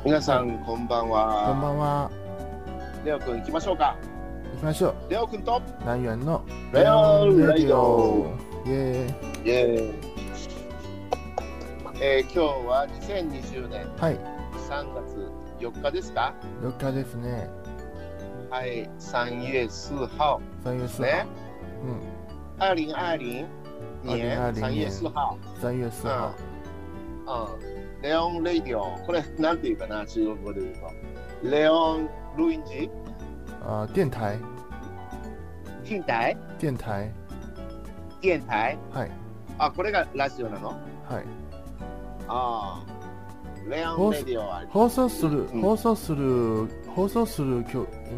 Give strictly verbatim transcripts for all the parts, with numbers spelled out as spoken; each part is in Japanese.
皆さん、こんばんは。 こんばんは。 レオくん行きましょうか。 行きましょう。 レオくんと南園のレオンラジオ。 イエーイ。 イエーイ。えー、今日はにせんにじゅうねんはい。 さんがつよっかですか？ よっかですね。 はい、三月四号。 三月四ね。 うん。 二零二零年三月四号。 三月四号。 うん。レオン・レイディオ。これ、なんていうかな、中国語で言うと。レオン・录音機あ、電台。 電台電台。 電台はい。 あ、これがラジオなの？ はい。 ああ。レオン・レイディオは放送する、 うん、 放送する、放送する、うん、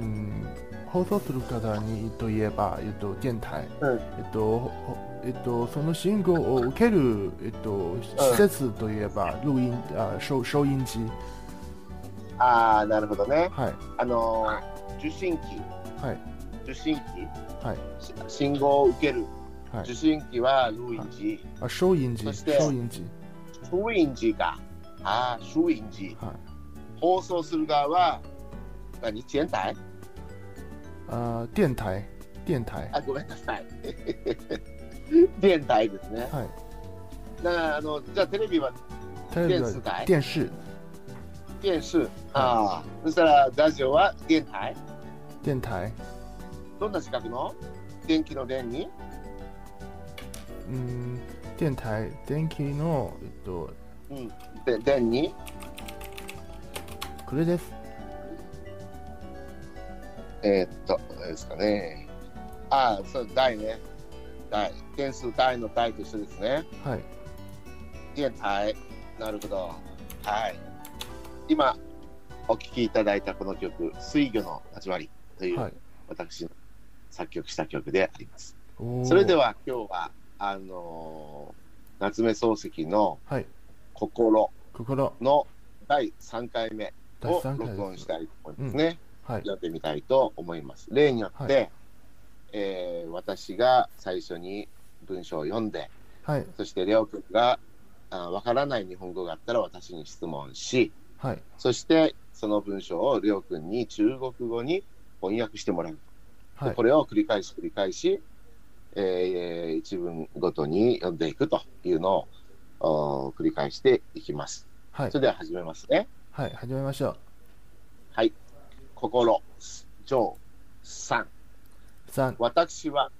放送する方にといえば、えっと、電台。 うん、 えっと、えっと、その信号を受ける、えっと、施設といえば、録音、あ、收、收音機。 ああ、なるほどね。 はい。 あのー、受信機。 はい。 受信機。 はい。 信号を受ける。 はい。 受信機は录音機。 あ、收音機。 そして收音機。 收音機か。ああ、收音機。 はい。 放送する側は、何？電台？ あ、電台。電台。 あ、ごめんなさい。電台ですね。 はい。 だからあのじゃあテレビはテレビは電視台？ 電視。 電視。ああ、そしたらラジオは電台？ 電台。 どんな資格の？電気の電に？ うん、電台、電気の、えっと、 うん、で電に？ これです。 えー、っと、ですかね。ああ、そう、台ね。台。点数台の台と一緒ですね。 はい。 電台。なるほど。はい。今、お聴きいただいたこの曲、水魚の始まりという、はい、私の作曲した曲であります。それでは今日は、あのー、夏目漱石の心のだいさんかいめを録音したいと思いますね。はい、やってみたいと思います。例によって、はい、えー、私が最初に文章を読んで、はい、そしてレオ君がわからない日本語があったら私に質問し、はい、そしてその文章をレオ君に中国語に翻訳してもらう、はい、これを繰り返し繰り返し、えー、一文ごとに読んでいくというのを繰り返していきます。はい、それでは始めますね。 はい、始めましょう。 はい。心、上、三。三。私は、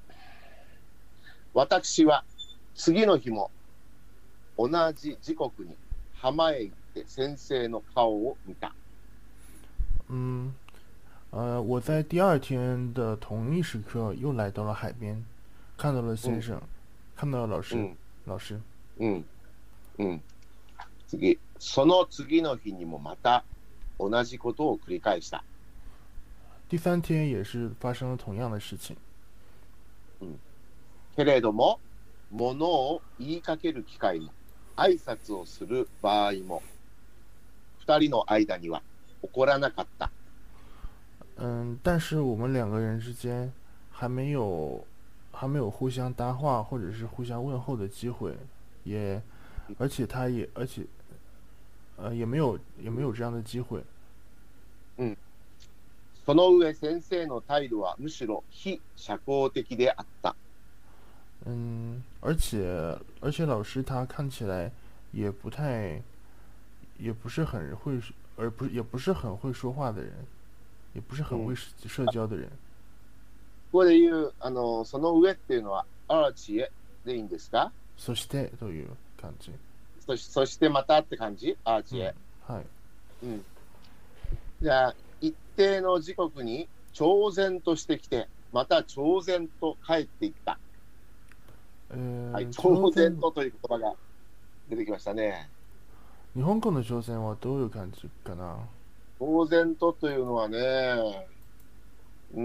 私は次の日も同じ時刻に浜へ行って先生の顔を見た。 嗯，呃，我在第二天的同一时刻又来到了海边，看到了先生，嗯、看到了老师，嗯、老师。 嗯嗯。次、その次の日にもまた同じことを繰り返した。 第三天也是发生了同样的事情。 うん。けれども、ものを言いかける機会も、挨拶をする場合も、二人の間には起こらなかった。 嗯，但是我们两个人之间还没有还没有互相搭话或者是互相问候的机会，也而且他也而且呃也没有也没有这样的机会。 嗯。その上先生の態度はむしろ非社交的であった。 嗯，而且而且老师他看起来也不太，也不是很会，而不也不是很会说话的人，也不是很会社交的人。 ここで言うあのその上っていうのはアーチへでいいんですか？ そしてという感じ。 そしそしてまたって感じ？アーチへ。 うん、はい。うん。 じゃあ一定の時刻に超然としてきて、また超然と帰っていった。えーはい、超然とという言葉が出てきましたね。 日本語の超然はどういう感じかな？ 超然とというのはね、うー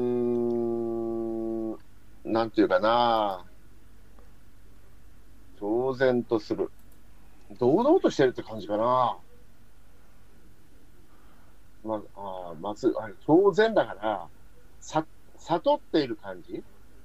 ん、なんていうかな、超然とする。堂々としてるって感じかな。まあ、まず、超然だから、さ、悟っている感じ？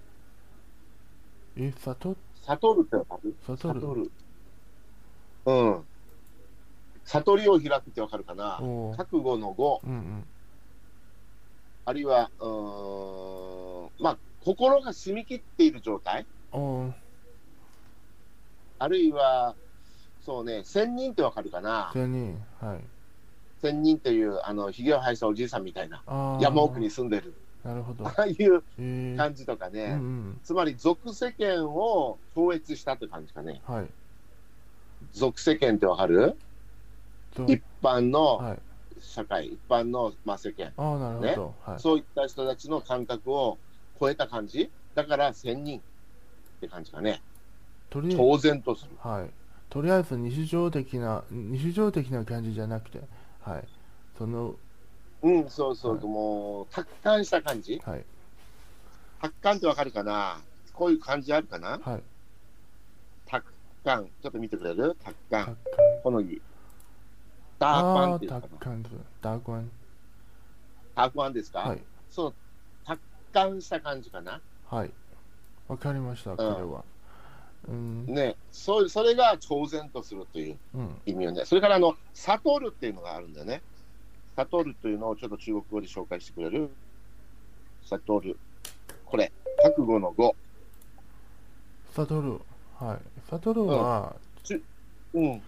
え、悟悟るってわかる？ 悟る。 悟る。うん。 悟りを開くってわかるかな。 おー覚悟の悟、 うんうんあるいは、うーん、まあ、心が澄み切っている状態、 おーあるいは、そうね、仙人ってわかるかな。 仙人はい仙人という、あの、ひげを生やしたおじいさんみたいな、 あ山奥にあ住んでる、 なるほどああいうえー、 感じとかうんうね、 んつまり俗世間を超越したって感じかね。 はい俗世間ってわかる？ そう一般のはい社会、一般の、まあ、世間、 ああなるほね、 どはいそういった人たちの感覚を超えた感じ、だから仙人って感じかね。 とり超然とする。 はいとりあえず日常的な日常的な感じじゃなくてはいそのうん、そうそう、 はいもう、達観した感じ。 はい達観ってわかるかな？こういう感じあるかな？ はい達観、ちょっと見てくれる？達観。 達観この字。ダーああ観っていうかな。 達観図達観達観ですか？ はいその、達観した感じかな？ はいわかりましたこれはうんね、そそれが超然とするといううん意味をね。それからあの、悟るっていうのがあるんだよね。悟るというのをちょっと中国語で紹介してくれる？悟る。これ、覚悟の語。 悟るはい悟るはうん。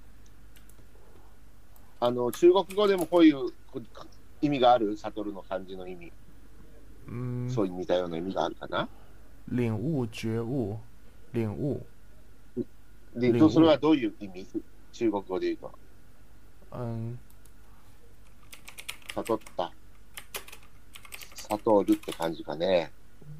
あの、中国語でもこういうこ意味がある？悟るの漢字の意味。 うんそういう似たような意味があるかな？ 領悟覺悟領悟で、 領悟それはどういう意味？中国語で言うと。 うん悟った。悟るって感じかね。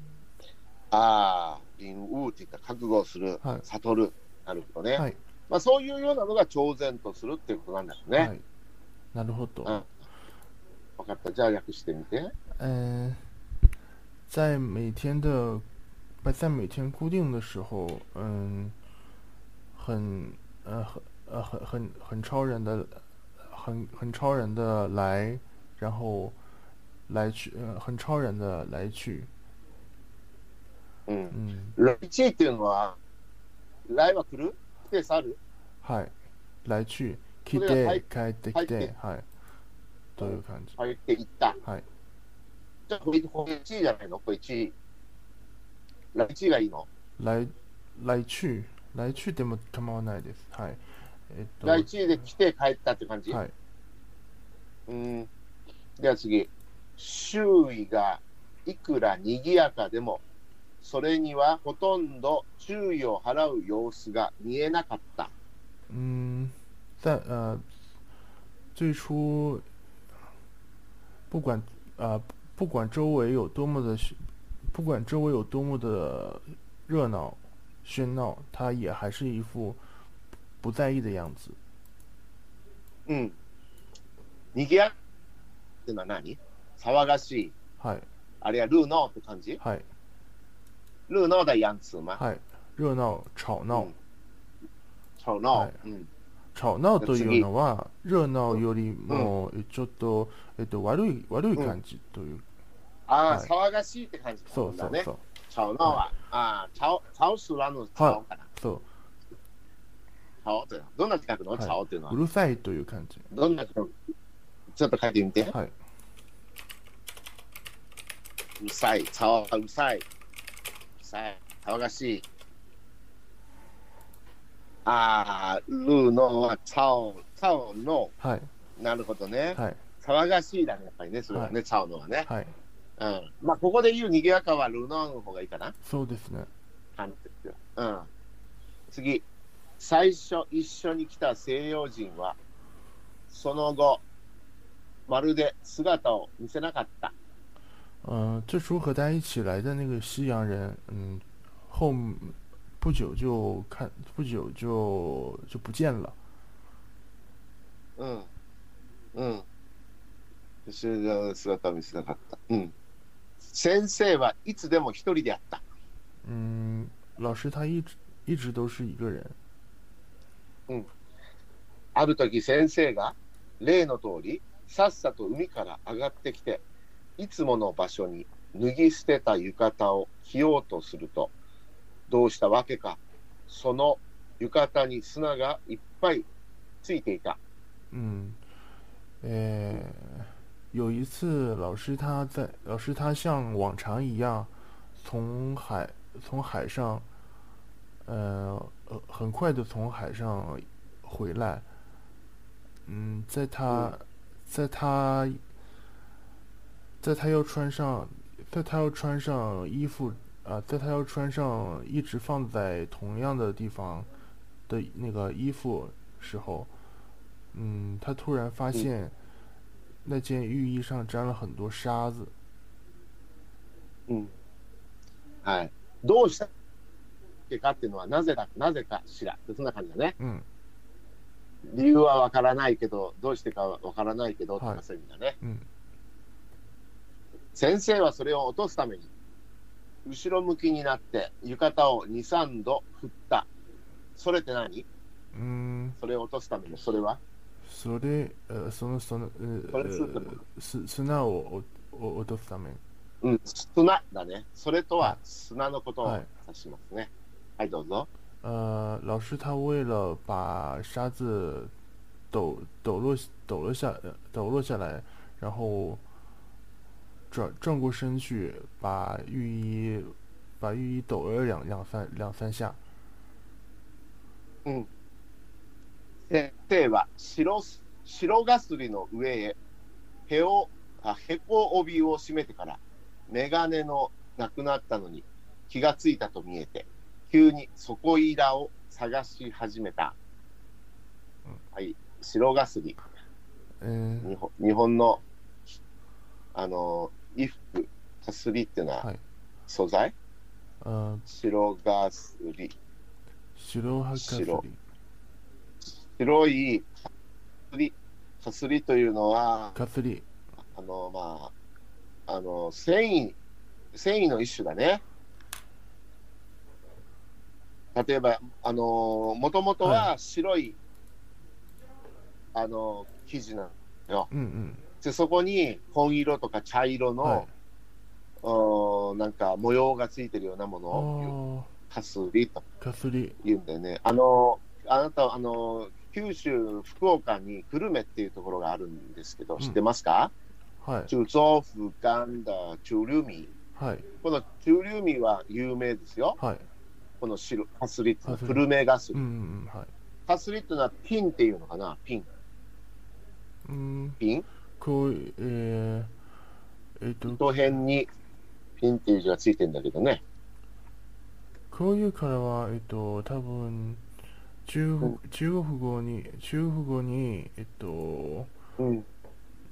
ああ、領悟って言った覚悟する、 はい悟る。なるほどね。 はいまあ、そういうようなのが超然とするっていうことなんだよね。 はいなるほど嗯，分かった。じゃあ訳してみて。 嗯，在每天的，在在每天固定的时候，嗯，很呃很呃很很很超人的，很很超人的来，然后来去，呃，很超人的来去， うん。 嗯， 来地っていうのは、来は来る？来て去る？ はい、来去、来それが入て帰ってき入ってて、はい、という感じ、 入っていった。 はい。 じゃあ、これ、これいちいじゃないの？これいちい。来地がいいの？ 来来去来去でも構わないです。はい。えっと、 来地で来て帰ったって感じ？ はい。 うん。では次。周囲がいくら賑やかでも、それにはほとんど注意を払う様子が見えなかった。 嗯，在呃最初，不管呃不管周围有多么的喧不管周围有多么的热闹喧闹，他也还是一副不在意的样子。 うん。賑やかってのは何？騒がしい。 はい。 あるいはルーノーって感じ？ はい。 ルーノー的样子吗？ はい。熱闹、吵闹。 うん吵闹。 はいうん。 吵闹というのは熱闹よりもちょっと、えっと、悪い悪い感じという。 ああ、 はい騒がしいって感じそなんだね。 うそうそう。 吵闹は、ああ、吵、吵すらの吵かな。 そう。 吵ってどんな近くのはい吵っていうのはう。るさいという感じ。 どんな近く？ちょっと書いてみて。 はい。 うるさい、吵、うるさい。うるさい、騒がしい。ああ、ルーのは吵、吵の。 はい。 なるほどね。 はい。 騒がしいだね、やっぱりね、それはね、吵のはね。 はい。 うん。まあ、ここで言う賑やかはルーノーの方がいいかな。 そうですね。 うん。次。最初一緒に来た西洋人は、その後、まるで姿を見せなかった。 嗯、呃，最初和他一起来的那个西洋人，嗯，后不久就看，不久就就不见了。 うん。うん。それで姿を見せなかった。うん。先生はいつでも一人であった。 嗯，老师他一直一直都是一个人。 うん。ある時先生が例の通りさっさと海から上がってきていつもの場所に脱ぎ捨てた浴衣を着ようとするとどうしたわけかその浴衣に砂がいっぱいついていた。 嗯，呃，有一次老师他在老师他像往常一样从海从海上呃呃很快的从海上回来。嗯，在他嗯在他在他要穿上在他要穿上衣服啊、在他要穿上一直放在同样的地方的那个衣服时候，嗯，他突然发うん、 现那件浴衣上沾了很多沙子。 うん、はい。どうしたっけかっていうのは、なぜだ、なぜかしら。そんな感じだね。 嗯， 理由はわからないけど、どうしてかはわからないけど、とはい。 かそういう意味だね。 嗯先生はそれを落とすために、後ろ向きになって浴衣をに、さんど振った。それって何？ 嗯， それを落とすための、それはそれ呃そのそのそれするって呃す砂を落とすため。 うん、砂だね。それとはいは砂のことをはい。 指しますね。はい、どうぞ。 呃，老师他为了把沙子抖抖落抖落下呃抖落下来，然后转转过身去，把浴衣把浴衣抖了两两三两三下。 うん。先生は白す、白がすりの上へ、へを、あ、へこ帯を締めてから、メガネのなくなったのに気がついたと見えて、急に底いらを探し始めた。はい。白がすり。 嗯， 日本日本の、あの、衣服、かすりっていうのははい。 素材呃， 白がすり。 白はかす白。 り。 白いかすり。かすりというのは、 かすり。 あの、まあ、あの、繊維、繊維の一種だね。例えば、あの、もともとはい。 は白い、あの、生地なのよ。 うんうん。 で、そこに紺色とか茶色はい。 の、おなんか模様がついてるようなものを言う。 あかすりとあ、かすり。 言うんだよね。あの、あなた、あの、九州、福岡に久留米っていうところがあるんですけど、知ってうん。 ますか？ はい。 中州福冈的中流米。 はい。 この中流米は有名ですよ。 はい。 この白、かすりっていうのは、 かすり。 久留米がすり。 うんうんうん。はい。 かすりっていうのはピンっていうのかな？ピン。 うん。 ピンこう、えー、えっと、 糸辺にピンっていう字がついてるんだけどね。 こういうからは、えっと、多分、中国、 うん。 中国語に、中国語に、えっと、 うん。 うん、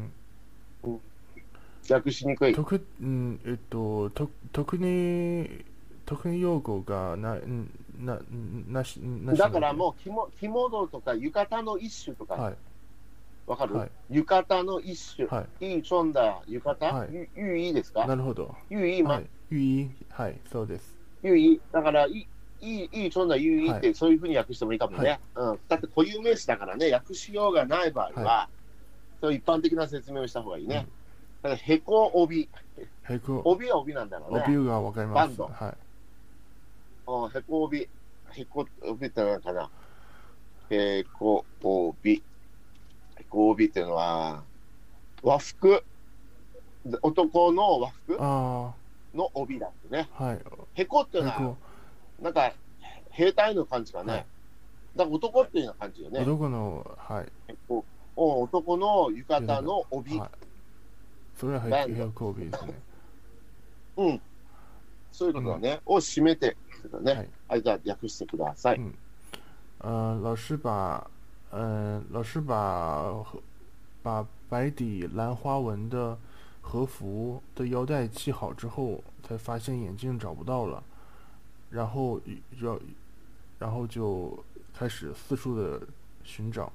うん、訳しにくい。 特、うん、えっと、と、特に、特に用語がな、な、なし、なしだかので、 らもう着も、着物とか浴衣の一種とか、 はい、 わかる？ はい、 浴衣の一種。 はい、 いいちょんだ浴衣はい。 ゆ、ゆいいですか？ なるほど。 ゆいま、 はい。ゆい、はい、そうです。 ゆいだから、いい、いい、いいちょんだゆいっはい、 てそういうふうに訳してもいいかもはい、 ね。うん。だって固有名詞だからね、訳しようがない場合はい、 は、そういう一般的な説明をした方がいいね。 うん。 だから、へこ帯。 へこ、 帯は帯なんだろうね。 おびゅうがわかります。 バンド。 はい。 うん、へこ帯。へこ帯って何かな？へこ帯。へこ帯っていうのは、和服。男の和服あの帯だってね。 あ、はい。 へこっていうのは、 へこ、 なんか、兵隊の感じがはい。 ね。だから男っていうような感じよね。 男の、はい。 へこお男の浴浴衣、 衣の帯、 はい。それはへバンド。 へこ帯ですね。 うん。そういううん。 ことだね。を締めて、ね。 はい。 はい、じゃあ訳してください。 嗯，呃，老师把，呃，老师把把白底蓝花纹的和服的腰带系好之后，才发现眼镜找不到了，然后然然后就开始四处的寻找。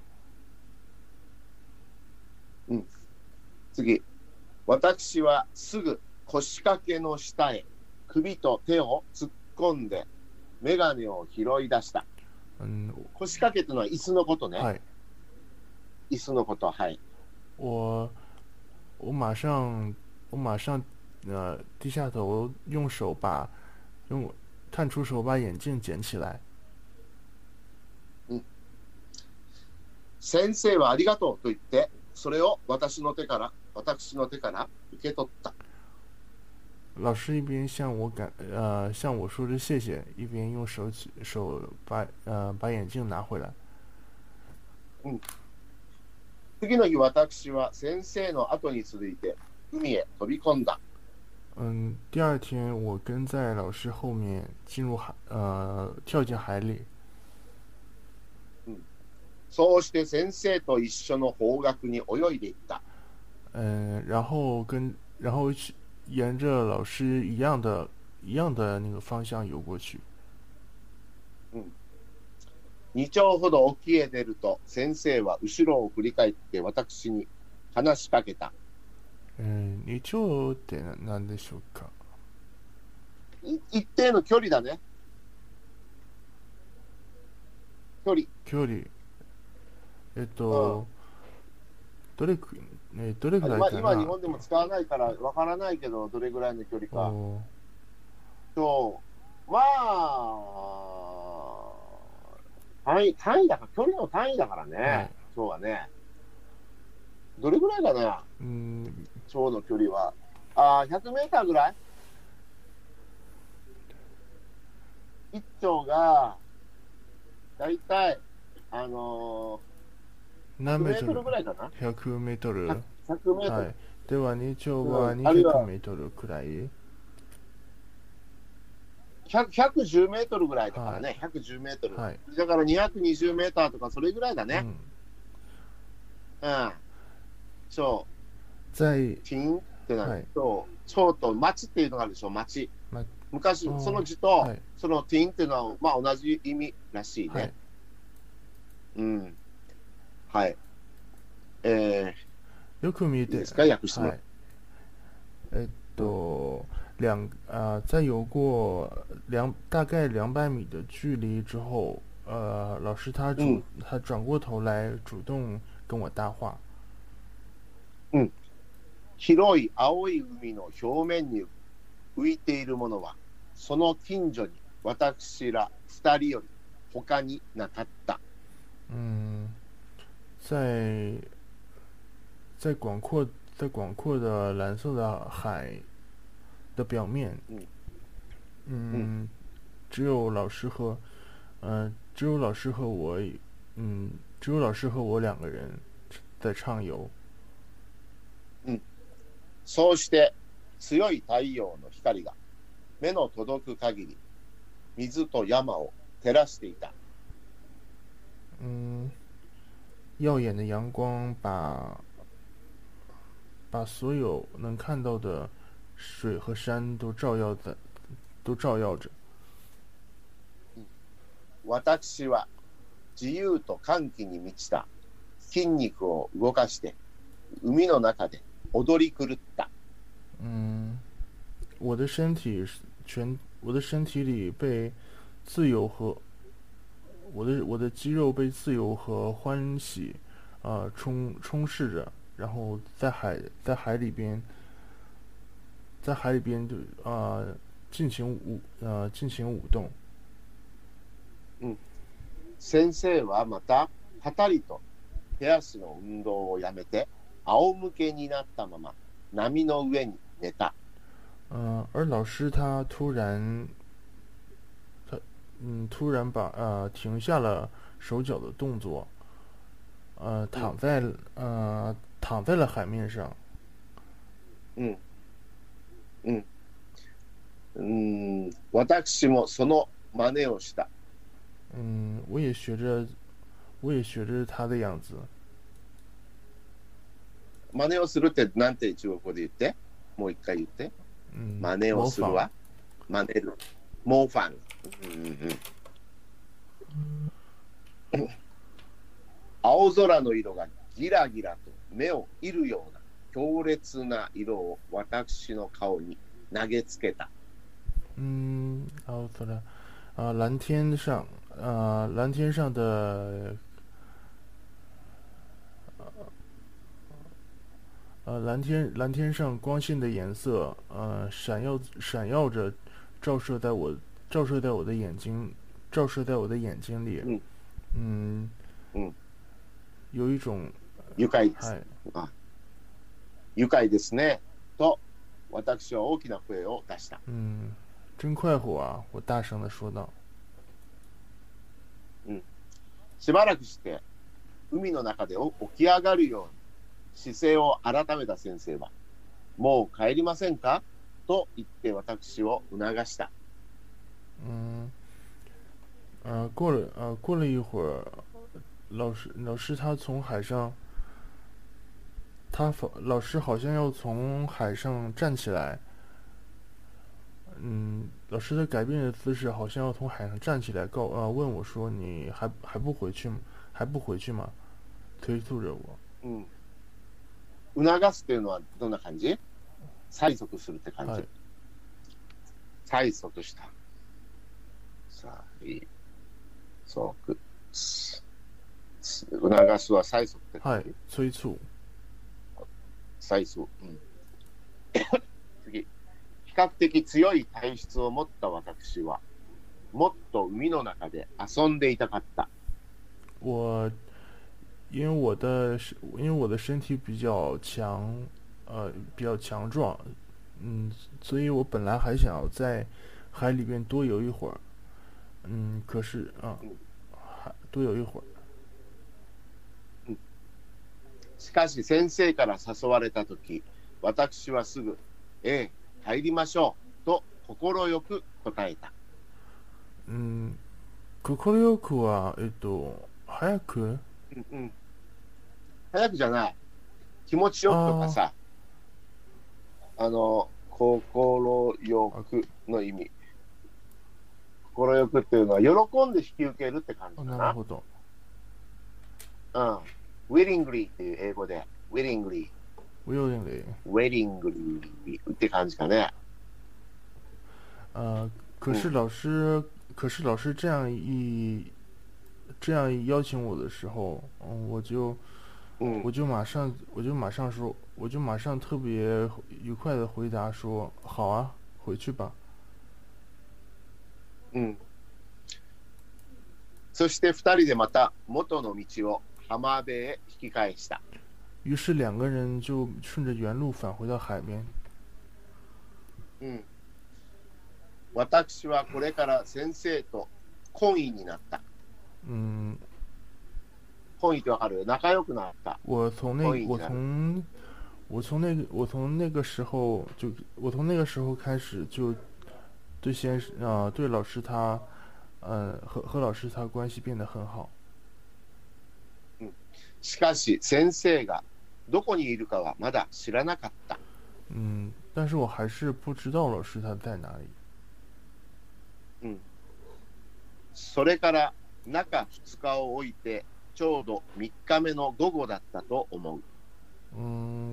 うん。次。私はすぐ腰掛けの下へ首と手を突っ込んでメガネを拾い出した。 嗯， 腰掛けというのは椅子のことね。 嗨， 椅子のこと。はい。 我我马上我马上呃低下头，用手把用探出手把眼镜捡起来。 うん。 先生はありがとうと言って、それを私の手から、私の手から受け取った。 老师一边向我感呃向我说着谢谢，一边用手手把呃把眼镜拿回来。 うん。次の日、私は先生の後に続いて海へ飛び込んだ。 嗯，第二天我跟在老师后面进入海呃跳进海里。 うん。そうして先生と一緒の方角に泳いでいった。 嗯，然后跟然后沿着老师一样的一样的那个方向游过去。 うん。に丁ほど沖へ出ると、先生は後ろを振り返って私に話しかけた。 うん、に丁って何でしょうか。 一定の距離だね。距離。 距離。えっと、うん、どれく、えどれぐらいかな。 今、今日本でも使わないからわからないけど、どれぐらいの距離か。と、まあ、単位、単位だから、距離の単位だからね、はい、今日はね。どれぐらいかな、うん、今日の距離は。あ、ひゃくメーターぐらい一丁が、だいたい、あのー、何メートルぐらいかな ? ひゃくメートル。 ひゃくメートル。はい。 では、に丁はにひゃくメートルくらい、 ひゃくじゅうメートルぐらいだからね、はい、ひゃくじゅうメートル、はい、だからにひゃくにじゅうメーターとかそれぐらいだね。うん。うん、そう。 在、 ティンってなる、はい、と、町と町っていうのがあるでしょ、町。ま、昔、その字と、はい、そのティンっていうのは、まあ同じ意味らしいね。はい、うん。はい。えー、よく見えて、いいですか、訳してもらう。 えっと、两呃，在游过两大概两百米的距离之后，呃，老师他主、嗯、他转过头来主动跟我搭话。 嗯，広い青い海の表面に浮いているものは、その近所に私ら二人より他になかった。 嗯，在在广阔在广阔的蓝色的海的表面，嗯，嗯，只有老师和，嗯、呃，只有老师和我，嗯，只有老师和我两个人在畅游。 嗯，そうして強い太陽の光が目の届く限り水と山を照らしていた。 嗯，耀眼的阳光把把所有能看到的水和山都照耀在，都照耀着。 私は自由と歓喜に満ちた筋肉を動かして海の中で踊り狂った。 嗯，我的身体全，我的身体里被自由和我的我的肌肉被自由和欢喜，呃，充充斥着，然后在海在海里边。在海里边就啊、呃、进行舞呃进行舞动。 うん。先生はまたはたりと手足の運動をやめて仰向けになったまま波の上に寝た。 嗯、呃，而老师他突然他嗯突然把呃停下了手脚的动作，呃躺在、嗯、呃躺在了海面上。 嗯。うん。うん、私もその真似をした。 嗯，我也学着，我也学着他的样子。 真似をするってなんて中国語で言って？もう一回言って。うん、真似をするわ。真似る。模仿。うんうん、青空の色がギラギラと目を射るような強烈な色を私の顔に投げつけた。 嗯，青空啊，蓝天上啊，蓝天上的呃，蓝天蓝天上光线的颜色，呃，闪耀闪耀着，照射在我照射在我的眼睛，照射在我的眼睛里。 嗯嗯嗯， 有一种愉快です。 はい。 あ、愉快ですね。と、私は大きな声を出した。 嗯，真快活啊！我大声的说道。 うん。しばらくして、海の中で起き上がるように姿勢を改めた先生は、もう帰りませんかと言って私を促した。 嗯，呃，过了呃过了一会儿，老师老师他从海上，他老师好像要从海上站起来。嗯，老师的改变的姿势好像要从海上站起来，告呃问我说：“你还还不回去吗？还不回去吗？”催促着我。 うん。促すというのはどんな感じ？催促するって感じ。はい、催促した。催促。促すは催促って感じ。 はい、催促。 催促。うん。次。比較的強い体質を持った私は、もっと海の中で遊んでいたかった。 我因为我的因为我的身体比较强，呃，比较强壮，嗯，所以我本来还想要在海里边多游一会儿，嗯，可是啊，还多游一会儿。 嗯。しかし先生から誘われたとき、私はすぐ、ええ、入りましょうと快く答えた。 うん、快くはえっと早く。 うんうん。早くじゃない。気持ちよくとかさ、あの、心よくの意味。心よくっていうのは、喜んで引き受けるって感じかな。 なるほど。 うん。willingly っていう英語で、willingly。 willingly。 willingly って感じかね。 呃，可是老师，嗯、可是老师这样一这样一邀请我的时候，嗯，我就。 嗯、 我就马上，我就马上说，我就马上特别愉快的回答说：“好啊，回去吧。” 嗯。そして二人でまた元の道を浜辺へ引き返した。 于是两个人就顺着原路返回到海边。 うん。私はこれから先生と懇意になった。 嗯。 懇意ってわかる？仲良くなった。 我从那我从我从那个我从那个时候就我从那个时候开始就对先生啊、呃、对老师他呃和和老师他关系变得很好。 うん。しかし先生がどこにいるかはまだ知らなかった。 嗯，但是我还是不知道老师他在哪里。 うん。それから中二日を置いて。ちょうど三日目の午後だったと思う。 嗯，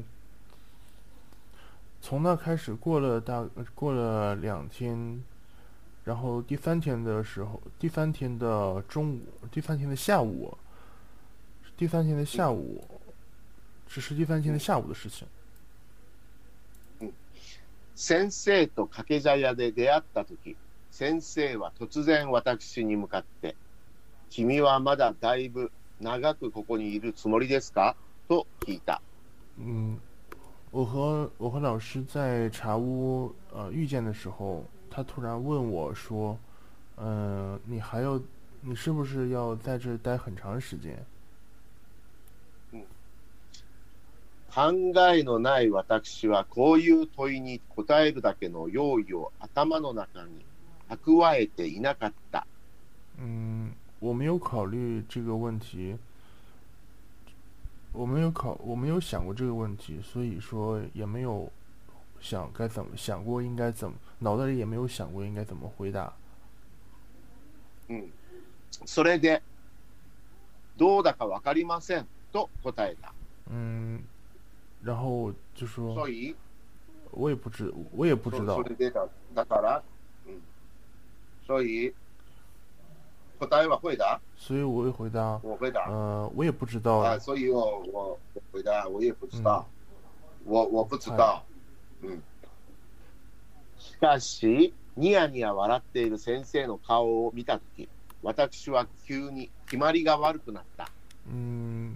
从那开始过了大过了两天，然后第三天的时候，第三天的中午，第三天的下午，第三天的下午，只是第三天的下午的事情。 嗯。先生と掛け茶屋で出会った時、先生は突然私に向かって、君はまだだいぶ長くここにいるつもりですかと聞いた。 嗯，我和我和老师在茶屋呃遇见的时候，他突然问我说：“嗯、呃，你还要，你是不是要在这待很长时间？” 嗯。考えのない私はこういう問いに答えるだけの用意を頭の中に蓄えていなかった。 嗯。我没有考虑这个问题，我没有考，我没有想过这个问题，所以说也没有想该怎么想过应该怎么，脑袋里也没有想过应该怎么回答。 嗯。それでどうだかわかりませんと答えた。 嗯，然后就说。 所以。 我也不知，我也不知道。 それでだだから、うん。所以。答えは回答， 所以我会回答。 我回答。 呃，我也不知道啊，所以我我回答我也不知道，嗯、我我不知道。嗯。しかしニヤニヤ笑っている先生の顔を見たとき、私は急に決まりが悪くなった。 うん、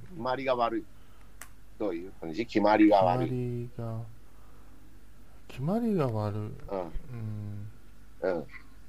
決まりが悪い。どういう感じ？決まりが悪い。 決まりが、決まりが悪い。うん。 うん。うん。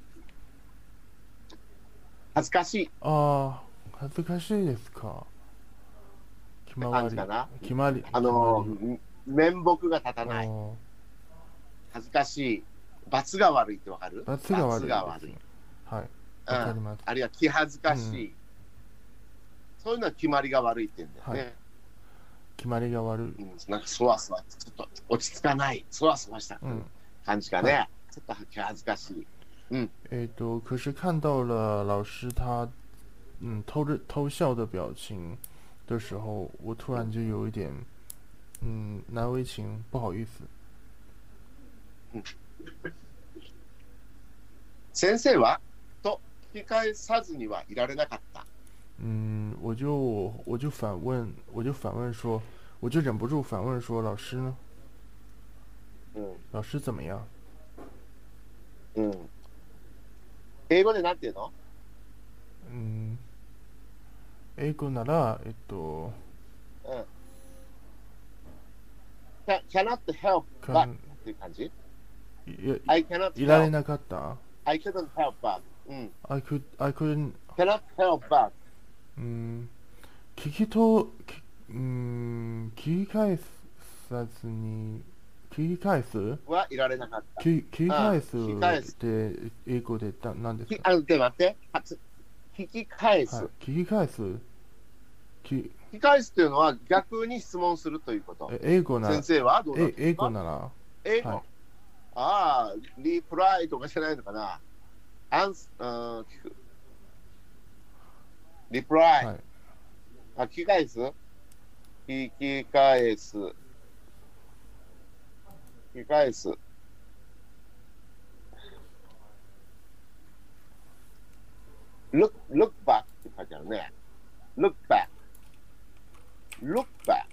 恥ずかしい。 ああ、恥ずかしいですか。決まり。 感じかな。 決まり。 あのー、面目が立たない。恥ずかしい。罰が悪いってわかる？ 罰が悪い。 罰が悪い。 はい。 わかります。あるいは気恥ずかしい。うん、そういうのは決まりが悪いって言うんだよね。はい、 決まりが悪い。うん、 なんかそわそわ、ちょっと落ち着かない、そわそわした感じがね、うんはい、ちょっと気恥ずかしい。嗯， えっと，可是看到了老师他，嗯，偷着偷笑的表情的时候，我突然就有一点，嗯，难为情，不好意思。 嗯，先生はと聞き返さずにはいられなかった。 嗯，我就我就反问，我就反问说，我就忍不住反问说，老师呢？ 嗯， 老师怎么样？ 嗯。英語でなんていうの？ うん、英語なら、えっと、 うん。cannot help but っていう感じ？ い I cannot いられなかった I couldn't help but うん。 I could, I couldn't cannot help but うん、聞きと、うん、聞き返さずに、聞き返すはいられなかった。 聞き返すって英語で何ですか？ あ、で待って。聞き返す。はい、 聞き返す聞き返すっていうのは逆に質問するということ。 英語なら。 先生はどうなんですか？ 英語なら。 英語、はい、ああ、リプライとかじゃないのかな。アンス、うん、聞く。リプライ。はい、あ、聞き返す聞き返す。聞き返す。look, look back って書いてあるね。look back. look back.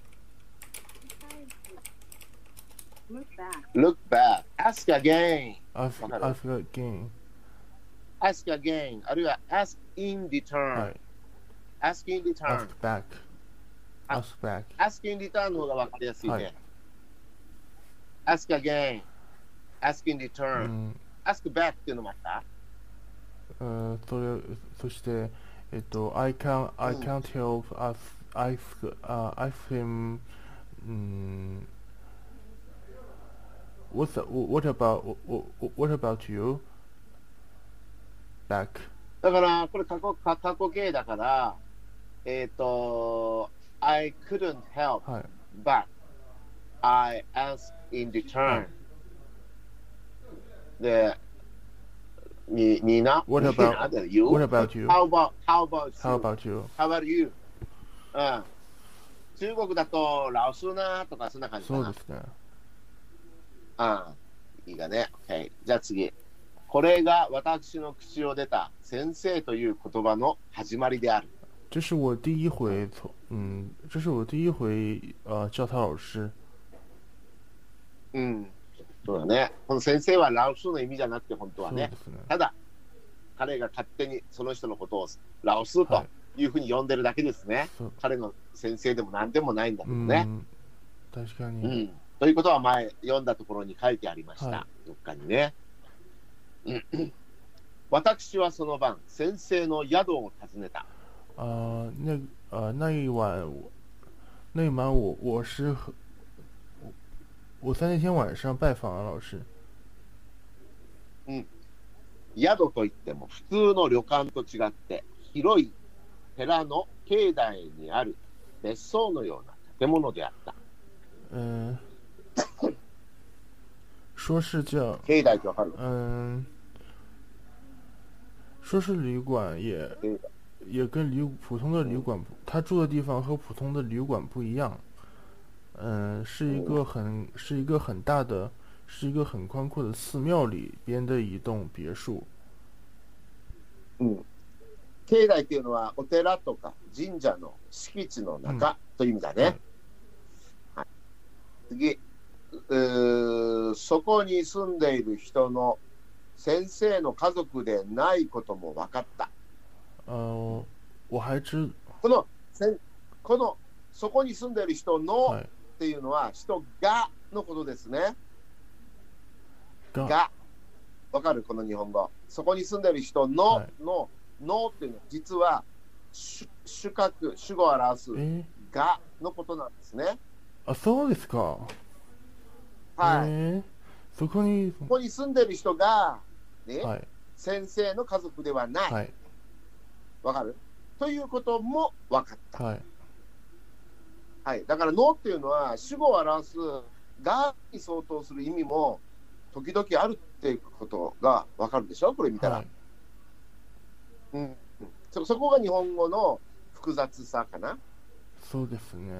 look back. look back. ask again. ask, ask again. ask again. あるいは ask in return. はい、 ask in return. ask back. ask back. ask in return の方が分かりやすいね。はい、ask again. ask in return.、うん、ask back っていうのもあった？ Uh, それそして、えっと、I can't, I can't help ask, ask, uh, ask him, um, what's the, what about, what about you? back. だから、これ過去、過去形だから、えっと、I couldn't help, はい、 but I asked in return、はい、で、み、みんな What about you? What about you? How about, how about you? How about you? How about you? うん。中国だと、ラオスなとかそんな感じかな。 そうですね。 ああ、いいかね。OK。じゃあ次。これが私の口を出た先生という言葉の始まりである。 这是我第一回从嗯，这是我第一回呃叫他老师。 うん。そうだね。この先生はラオスの意味じゃなくて本当は ね, ねただ彼が勝手にその人のことをラオスというふうに呼んでるだけですね、はい、彼の先生でも何でもないんだけどね。 確かに、 うん、ということは前読んだところに書いてありました、はい、どっかにね。私はその晩先生の宿を訪ねた。 あ那呃那一晚那一晚我我是我在那天晚上拜访了老师。 うん。宿といっても普通の旅館と違って広い寺の境内にある別荘のような建物であった。 嗯、呃，说是叫境内就わかる。 嗯，说是旅馆也也跟旅普通的旅馆，他住的地方和普通的旅馆不一样。嗯，是一个很是一个很大的，是一个很宽阔的寺庙里边的一栋别墅。 うん。境内っていうのはお寺とか神社の敷地の中という意味だね。はい。次、そこに住んでいる人の先生の家族でないことも分かった。 呃，我还知このせんこのそこに住んでいる人のはい。 っていうのは人がのことですね。 が、 が、わかるこの日本語。そこに住んでいる人の、 はいの、のっていうのは実は主主格、主語を表すえー、 がのことなんですね。 あ、そうですか。 はい。 えー、そこに、 ここに住んでいる人が、ね、 はい。 先生の家族ではない。 はい。 わかるということも分かった。 はい。 はい。だから、のっていうのは主語を表すがに相当する意味も時々あるっていうことが分かるでしょこれ見たら。 はい。 うんそ。そこが日本語の複雑さかな。 そうですね。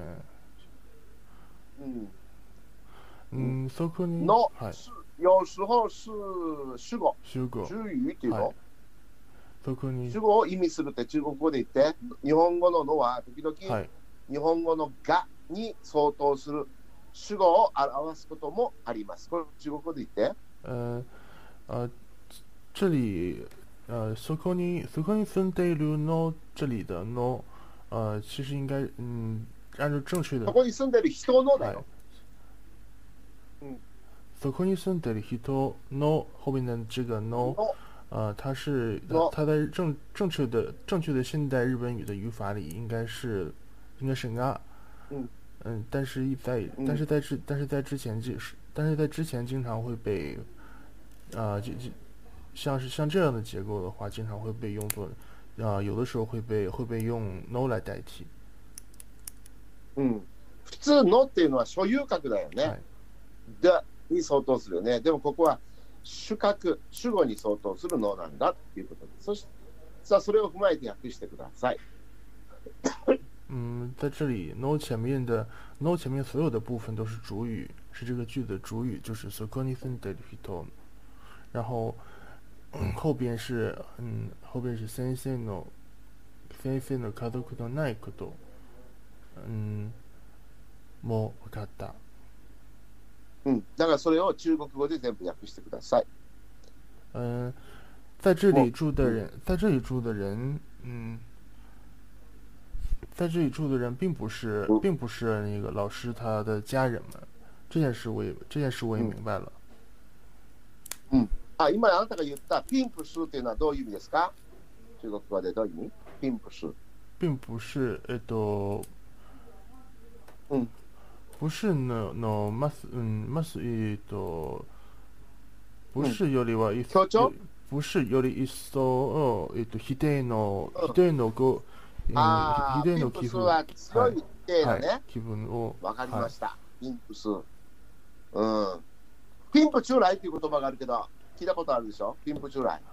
うん。 うん、そこに、 の、 はい。 是有時候是主語、 主語。 主語っていうの、 はいそこに主、語を意味するって中国語で言って、日本語ののは時々 はい。 日本語のがに相当する主語を表すこともあります。これ中国語で言って。 呃，呃，这里，呃，そこにそこに住んでいるの这里的の，呃，其实应该，嗯，按照正确的そ，こに住んでる人のだはいよ。嗯そこに住んでいる人の后面的这个の， の呃，它是の它在正正确的正确的现代日本语的语法里应该是应该是が， 嗯嗯，但是一在嗯但是在之但是在之前就是但是在之前经常会被，呃，就就像是像这样的结构的话，经常会被用作，啊、有的时候会被会被用 no 来代替。 うん普通のっていうのは所有格だよね。 はい。 でに相当するよね。でもここは主格、主語に相当するのなんだっていうことです。そしてさあそれを踏まえて訳してください。 嗯，在这里 no 前面的 no 前面所有的部分都是主语，是这个句子的主语，就是 so k o n i s e n d e hito，然后、嗯、后边是嗯后边是先生の先生の家族のないこと，嗯もう分かった。 うん、だからそれを中国語で全部訳してください。 嗯，在这里住的人，在这里住的人，嗯，在这里住的人并不是， 嗯并不是那个老师他的家人们，这件事我也这件事我也嗯明白了。 あ、今あなたが言ったピンプスっていうのはどういう意味ですか？中国語でどういう意味？ピンプス。 并不是，えっと， 嗯， 不是ののます嗯ますえっと，不是よりは一強調？ 不是より一層えっと否定のうん否定のご、うんああ、 否定ピンプの気分スは強いってだね。 はい、気分をわかりました。ピンプス。うん。ピンプチューライっていう言葉があるけど、聞いたことあるでしょ？ピンプチューライ。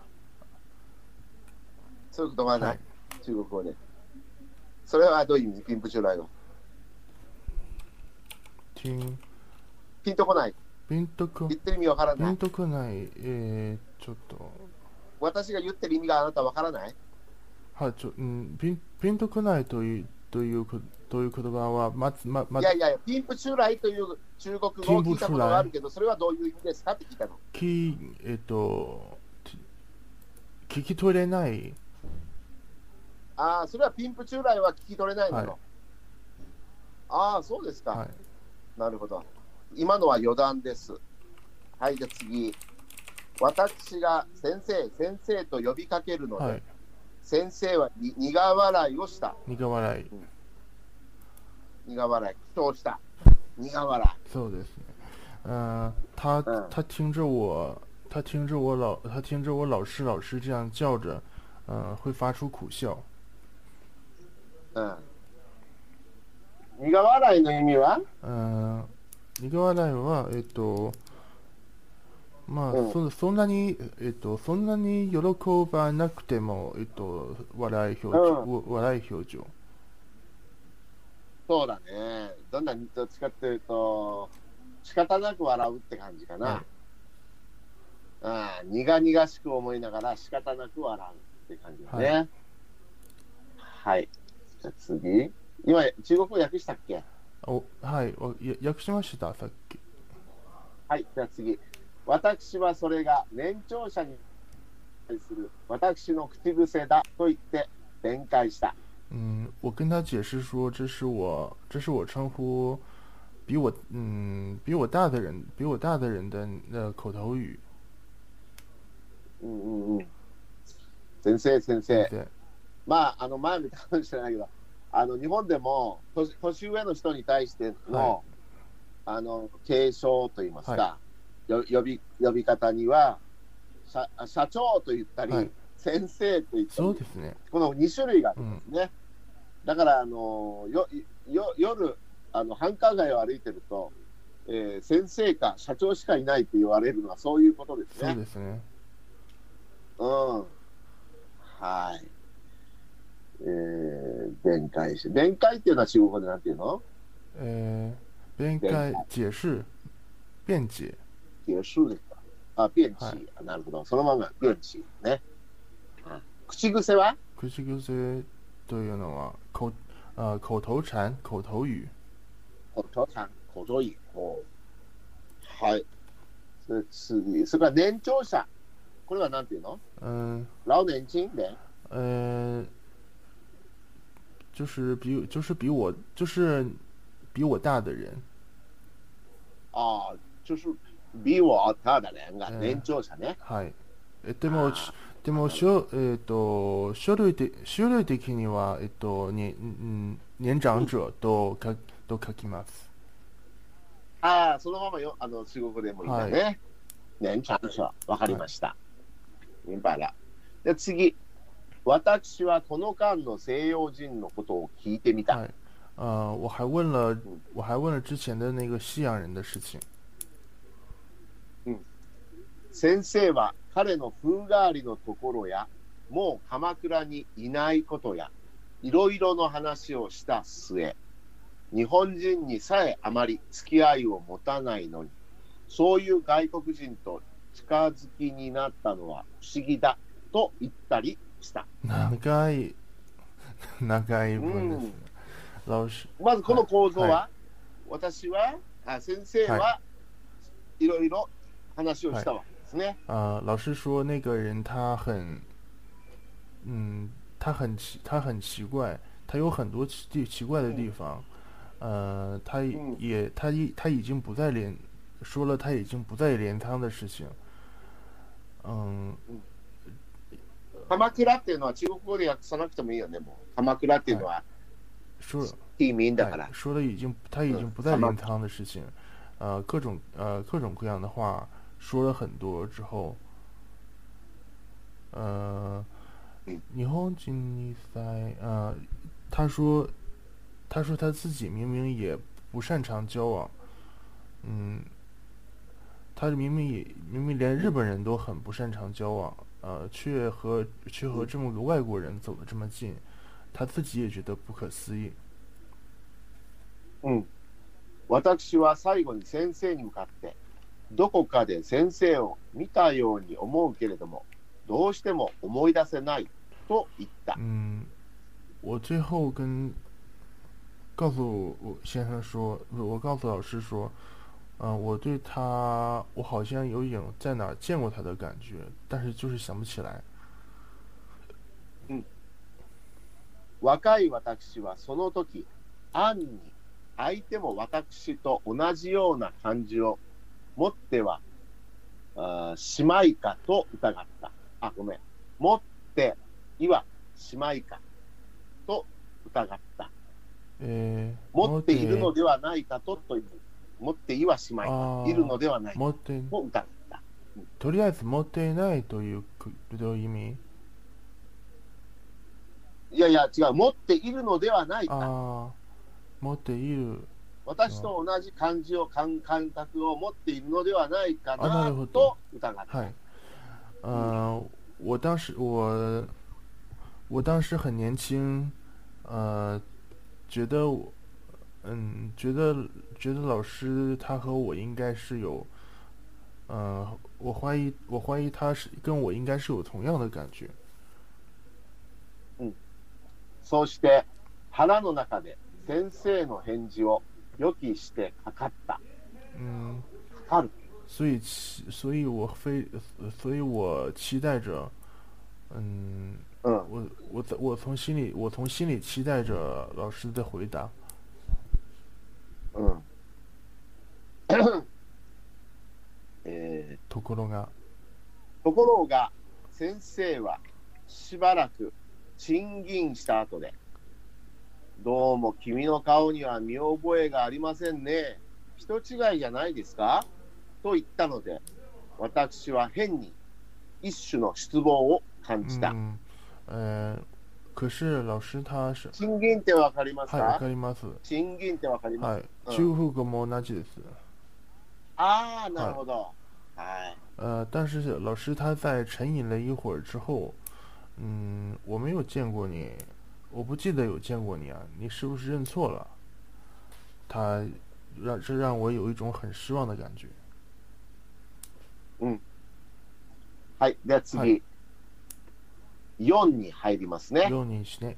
そういう言葉はない、 はい中国語で。それはどういう意味？ピンプチューライは。 ピンピンとこない。 ピンとこ言ってる意味わからない。 ピンとこないえー、ちょっと私が言ってる意味があなたわからない？ はいちょうんピンピンとこないというというこという言葉はまずままいやいや、ピンプチューライという中国語を聞いたことがあるけど、それはどういう意味ですかって聞いたの。 きえっと聞き取れないああ、それはピンプチューライは聞き取れないの。 はいああ、そうですか、 はいなるほど。今のは余談です。はい、じゃあ次。私が先生、先生と呼びかけるので、 はい先生はに苦笑いをした。 苦笑い苦笑い、苦笑した。苦笑そうですね嗯他嗯他听着我他听着我老他听着我老师老师这样叫着嗯会发出苦笑い。うん。苦笑いの意味はうん苦笑いはえっとまあ、 うんそそんなに、えっと、そんなに喜ばなくても、えっと、笑い表情、笑い表情。 そうだね。どんなにどっちかっていうと、仕方なく笑うって感じかな。 はいああ苦々しく思いながら仕方なく笑うって感じだね。はい。じゃあ次。今、中国語訳したっけ？ おはいわや訳しました、さっき。 はい。じゃあ次。私はそれが年長者に対する私の口癖だと言って弁解した。 嗯，我跟他解释说，这是我，这是我称呼比我，嗯，比我大的人，比我大的人的呃口头语。 うんうんうん。先生、先生。 对まあ、あの、前見たかもしれないけど、あの、日本でも年、年上の人に対しての、 はいあの、継承といいますか、 はよ呼び、呼び方には、社社長と言ったり、 はい先生と言ったり、 そうですね。 このに種類があるんですね。だから、あの、よ、よ、夜、あの、繁華街を歩いてると、えー先生か社長しかいないと言われるのはそういうことですそうね。 ですね。 うん。はい。えー、弁解し。弁解っていうのは中国語でなんていうの？ 呃，弁解解释、辩解。 解释ですか。あ、弁知、 はいなるほど。そのまま弁知ね。あ、口癖は？ 口癖というのは口呃口頭禅、口頭語。 口頭禅、口頭語。おはい。それ次、それから年長者。これはなんていうの？ 嗯老年轻人。 呃，就是比就是比我就是比我大的人。 ああ、就是比我大的人がうん年長者ね。 はい。えでもあーでもしょえっと種類的種類的にはえっと年うん年長者とかと書きます。 ああ、そのままよ、あの、中国語でもいいんだね。年長者。わかりました。明白了。で、次。私はこの間の西洋人のことを聞いてみた。 はい。呃，我还问了我还问了之前的那个西洋人的事情。 先生は彼の風変わりのところや、もう鎌倉にいないことや、いろいろの話をした末、日本人にさえあまり付き合いを持たないのに、そういう外国人と近づきになったのは不思議だと言ったりした。 長い長い文ですね。 うん老師まずこの構造は、 は私は、あ先生はいろいろ話をしたわけですね。 呃，老师说那个人他很，嗯，他很奇，他很奇怪，他有很多奇地奇怪的地方，呃，他嗯也他已他已经不再镰，说了他已经不再镰仓的事情，嗯， 鎌倉っていうのは中国語で訳さなくてもいいよね、もう。鎌倉っていうのは说了， 地名だから哎。说了已经他已经不再镰仓的事情，呃，各种呃各种各样的话说了很多之后，呃。日本人に在呃，他说，他说他自己明明也不擅长交往，嗯，他明明也明明连日本人都很不擅长交往，呃，却和却和这么个外国人走得这么近，他自己也觉得不可思議。 うん。私は最後に先生に向かって、どこかで先生を見たように思うけれども、どうしても思い出せないと言った。 嗯，我最后跟告诉我先生说，不是我告诉老师说，嗯、我对他，我好像有影在哪儿见过他的感觉，但是就是想不起来。 若い私はその時、暗に相手も私と同じような感じを持っては、あしまいかと疑った。あ、ごめん。持っていはしまいかと疑った。 えー、 持っているのではないかとという。持っていはしまいか。 あーいるのではないか持ってと疑った。 とりあえず持っていないというどういう意味？ いやいや、違う。持っているのではないか。 ああ、持っている。 私と同じ感じを、感感覚を持っているのではないかあななるほどと疑った。 嗨，呃，我当时我我当时很年轻，呃，觉得我嗯，觉得觉得老师他和我应该是有，呃，我怀疑我怀疑他是跟我应该是有同样的感觉。 そうして腹の中で先生の返事を予期してかかった。 嗯， かかる。 所以期所以我非所以我期待着，嗯， うん。 我我在我从心里我从心里期待着老师的回答。 うん。えところが、 ー、ところが、先生はしばらく沈吟した後で、どうも君の顔には見覚えがありませんね。人違いじゃないですかと言ったので、私は変に一種の失望を感じた。 嗯，呃，可是老師他是、 沈吟ってわかりますはい、わか？ かります。 沈吟ってわかりまはい、 す、うん、 中国語も同じです。 ああ、なるほど。はい。 呃，但是老師他在沉吟了一會兒之後，嗯，我沒有見過你，我不記得有見過你啊，你是不是認錯了？他讓這讓我有一種很失望的感覺。 うん。はい。では次、 はい、 よんに入りますね。 よんにしね。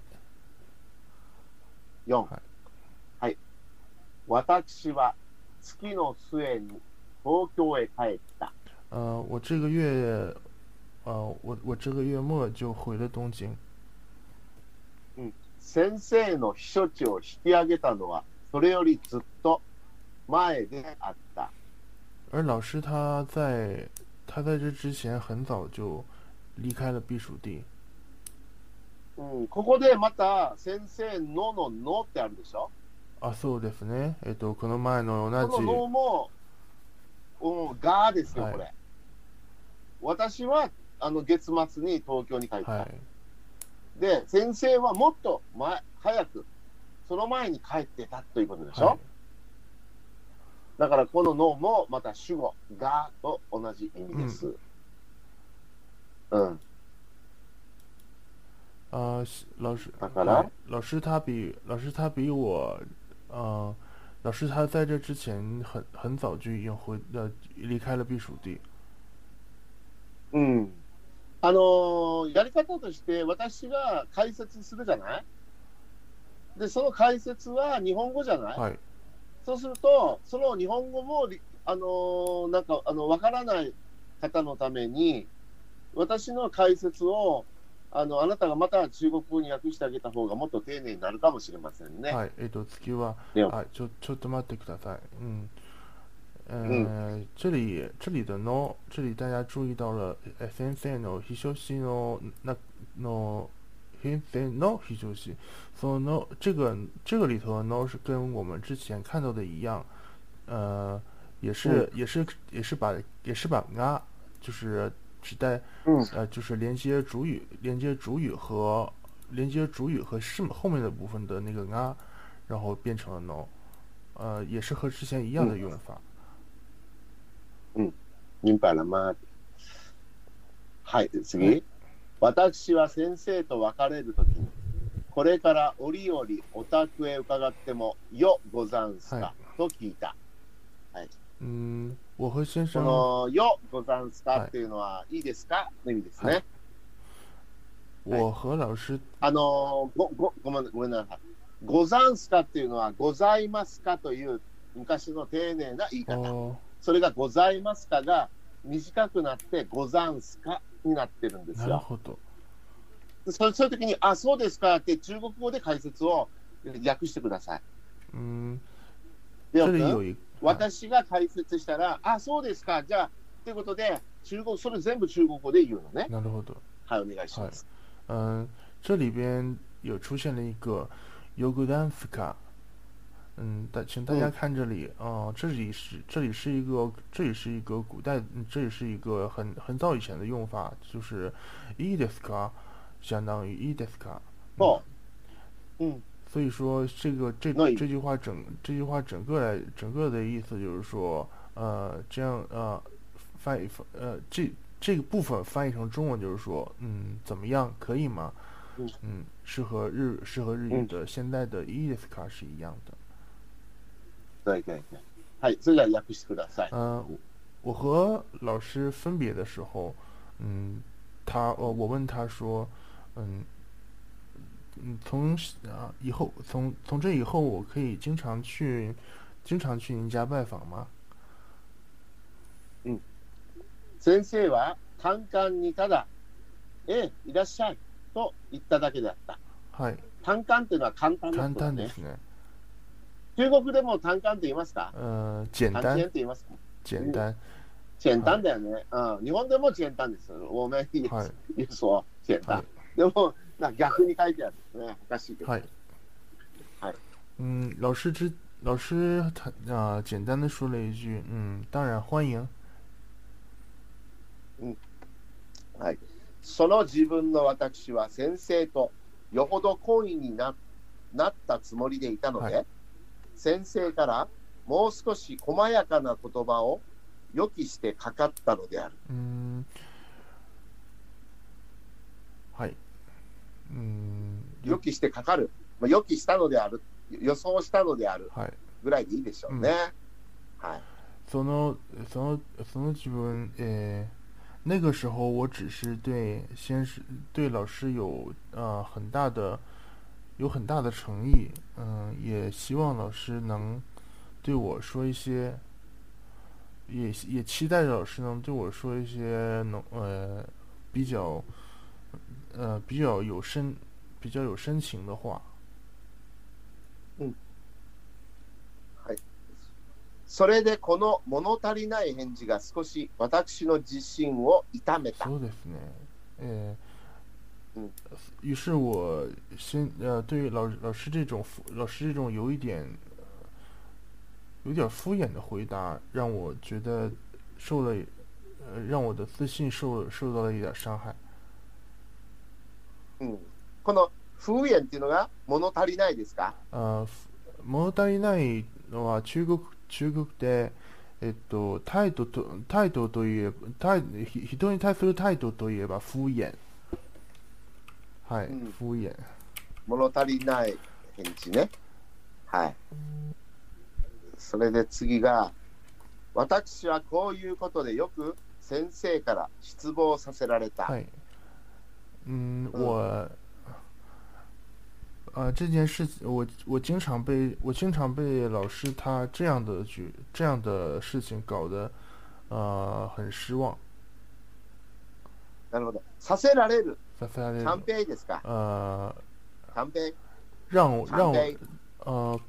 よん。 はい。 はい。私は月の末に東京へ帰った。 呃，我这个月，呃，我我这个月末就回了東京。 うん。先生の避暑地を引き上げたのは、それよりずっと前であった。 而老師他在他在這之前很早就離開了避暑地。 うん、ここでまた先生のののってあるでしょ。 あ、そうですね。えっとこの前の同じ。 こののも、うん、がですよ、 はい、 これ。私はあの月末に東京に帰った。 はい、 で、先生はもっと前早く、その前に帰ってたということでしょ。 はい、 だからこののもまた主語がと同じ意味です。うん。うん呃，老師， だから、 老師他比老師他比我，呃，老師他在這之前很很早就已經回呃離開了避暑地。 うん。あのー、やり方として私が解説するじゃない？で、その解説は日本語じゃない？ はい。 そうすると、その日本語も、あのー、なんか、あの、わからない方のために、私の解説を、あの、あなたがまた中国語に訳してあげた方がもっと丁寧になるかもしれませんね。 はい、えっと、次は、あ、ちょ、ちょっと待ってください。嗯。呃、嗯，这里这里的 no， 这里大家注意到了，え、先生の避暑地の那の先生の避暑地，所以 no 这个这个里头的 no 是跟我们之前看到的一样，呃，也是、嗯、也是也是把也是把啊，就是指代， 嗯， 呃，就是连接主语连接主语和连接主语和是后面的部分的那个啊，然后变成了 no， 呃，也是和之前一样的用法。 うん、明白了吗？はい、次。はい、私は先生と別れるときに、これから折々お宅へ伺ってもよござんすか、はい、と聞いた。はい。 うん、我和先生。 このよござんすかっていうのは、はい、いいですかの意味ですね。はい、 我和老師。 あの、ご、ご、ごめん、ごめんなさい。ござんすかっていうのは、ございますかという昔の丁寧な言い方。それがございますかが短くなってござんすかになってるんですよ。 なるほど。 そそういう時に、あ、そうですかって中国語で解説を訳してください。 うん。 では、私が解説したら、あ、そうですか。じゃあ、ということで、中国、それ全部中国語で言うのね。 なるほど。 はい、お願いします。 はい、嗯，这里边有出现了一个よござんすか。嗯，大请大家看这里啊、呃，这里是这里是一个这里是一个古代，这里是一个很很早以前的用法，就是いいですか，相当于いいですか。 哦，嗯， 所以说这个这这句话整这句话整个来整个的意思就是说，呃，这样呃翻译呃这这个部分翻译成中文就是说，嗯，怎么样，可以吗？ 嗯嗯，是和日是和日语的现在的いいですか是一样的。 对对对，はい、それじゃ訳してください。 嗯，我和老师分别的时候，嗯，他呃，我问他说，嗯，嗯，从啊以后从从这以后，我可以经常去经常去您家拜访吗？ 嗯，先生は簡単にただ、ええ、いらっしゃいと言っただけであった。 はい。 単管っていうのは簡単な簡ことだね。 単ですね。 中国でも単管って言いますか？ 呃，简単チェンっ单， て言いますか？ 简单。 簡単だよね。うん。日本でも簡単です。我们也はい。 也说簡単。 はい。 でも、な逆に書いてあるね。おかしいけど。 はい。 はい。 嗯，老师之老师他啊、简单的说了一句，嗯，当然欢迎。 はい。その自分の私は先生とよほど懇意にななったつもりでいたので、 はい先生からもう少し細やかな言葉を予期してかかったのである。 嗯，はい。うん、 予期してかかる。まあ、予期したのである。予想したのである。 はい。 ぐらいでいいでしょうね。はい。 そのそのその自分，呃，那个时候我只是对先是对老师有呃很大的有很大的诚意，嗯、也希望老师能对我说一些，也也期待着老师能对我说一些能呃比较呃比较有深比较有深情的话。 はい。それでこの物足りない返事が少し私の自信を痛めた。 そうですね。呃， 嗯， 于是我先呃，对于老老师这种老师这种有一点有点敷衍的回答，让我觉得受了呃，让我的自信受受到了一点伤害。 うん。この敷衍っていうのが物足りないですか？ 呃，物足りないのは中国中国でえっと態度と態度といえば態ひ人に対する態度といえば敷衍。はい、 うん敷衍。 物足りない返事ね。はい。それで次が、私はこういうことでよく先生から失望させられた。 はい。嗯， 嗯我，呃，这件事情，我我经常被我经常被老师他这样的举这样的事情搞得，呃，很失望。 なるほど。させられる。 させられる。 キャンペーンですか？ 呃， キャンペーン。 让我让我キャンペーン。 呃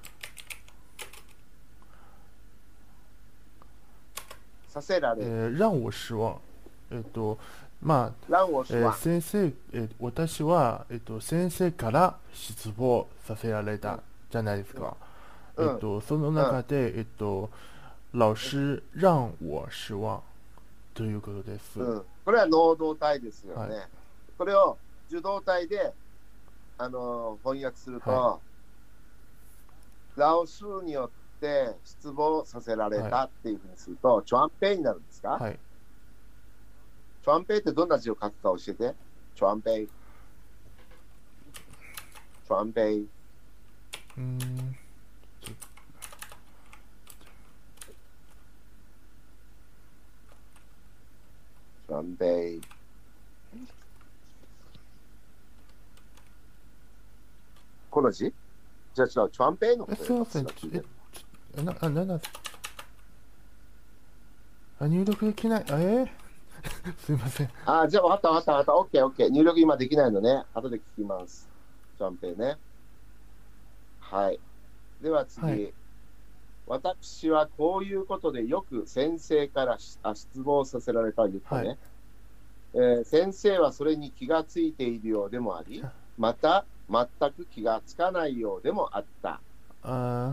させられる。 呃让我失望。えっとまあ、 乱をしえーは。 先生、えー私は、えっと、先生から失望させられたじゃないですか。 うんえっと、その中で、えっと、老師让我失望ということです。 うん。これは能動体ですよね。 はいこれを受動体で、あの翻訳すると、 はラオスによって失望させられたっていうふうにすると、チュアンペイになるんですか？ はい。 チュアンペイってどんな字を書くか教えて。チュアンペイ。チュアンペイ。 うーん。 チュアンペイ。この字？じゃあ違う、チュアンペイのこえ、 とすいません。ちえ、ちえ、な、あ、なんだあ、入力できない。あえーすいません。 あ、じゃあ分かった分かった分かった。オッケーオッケー。入力今できないのね。後で聞きます。チュアンペイね。はい。では次。 はい私はこういうことでよく先生からしあ失望させられたと言ったね、 はいえー先生はそれに気がついているようでもあり、また全く気がつかないようでもあった。 呃，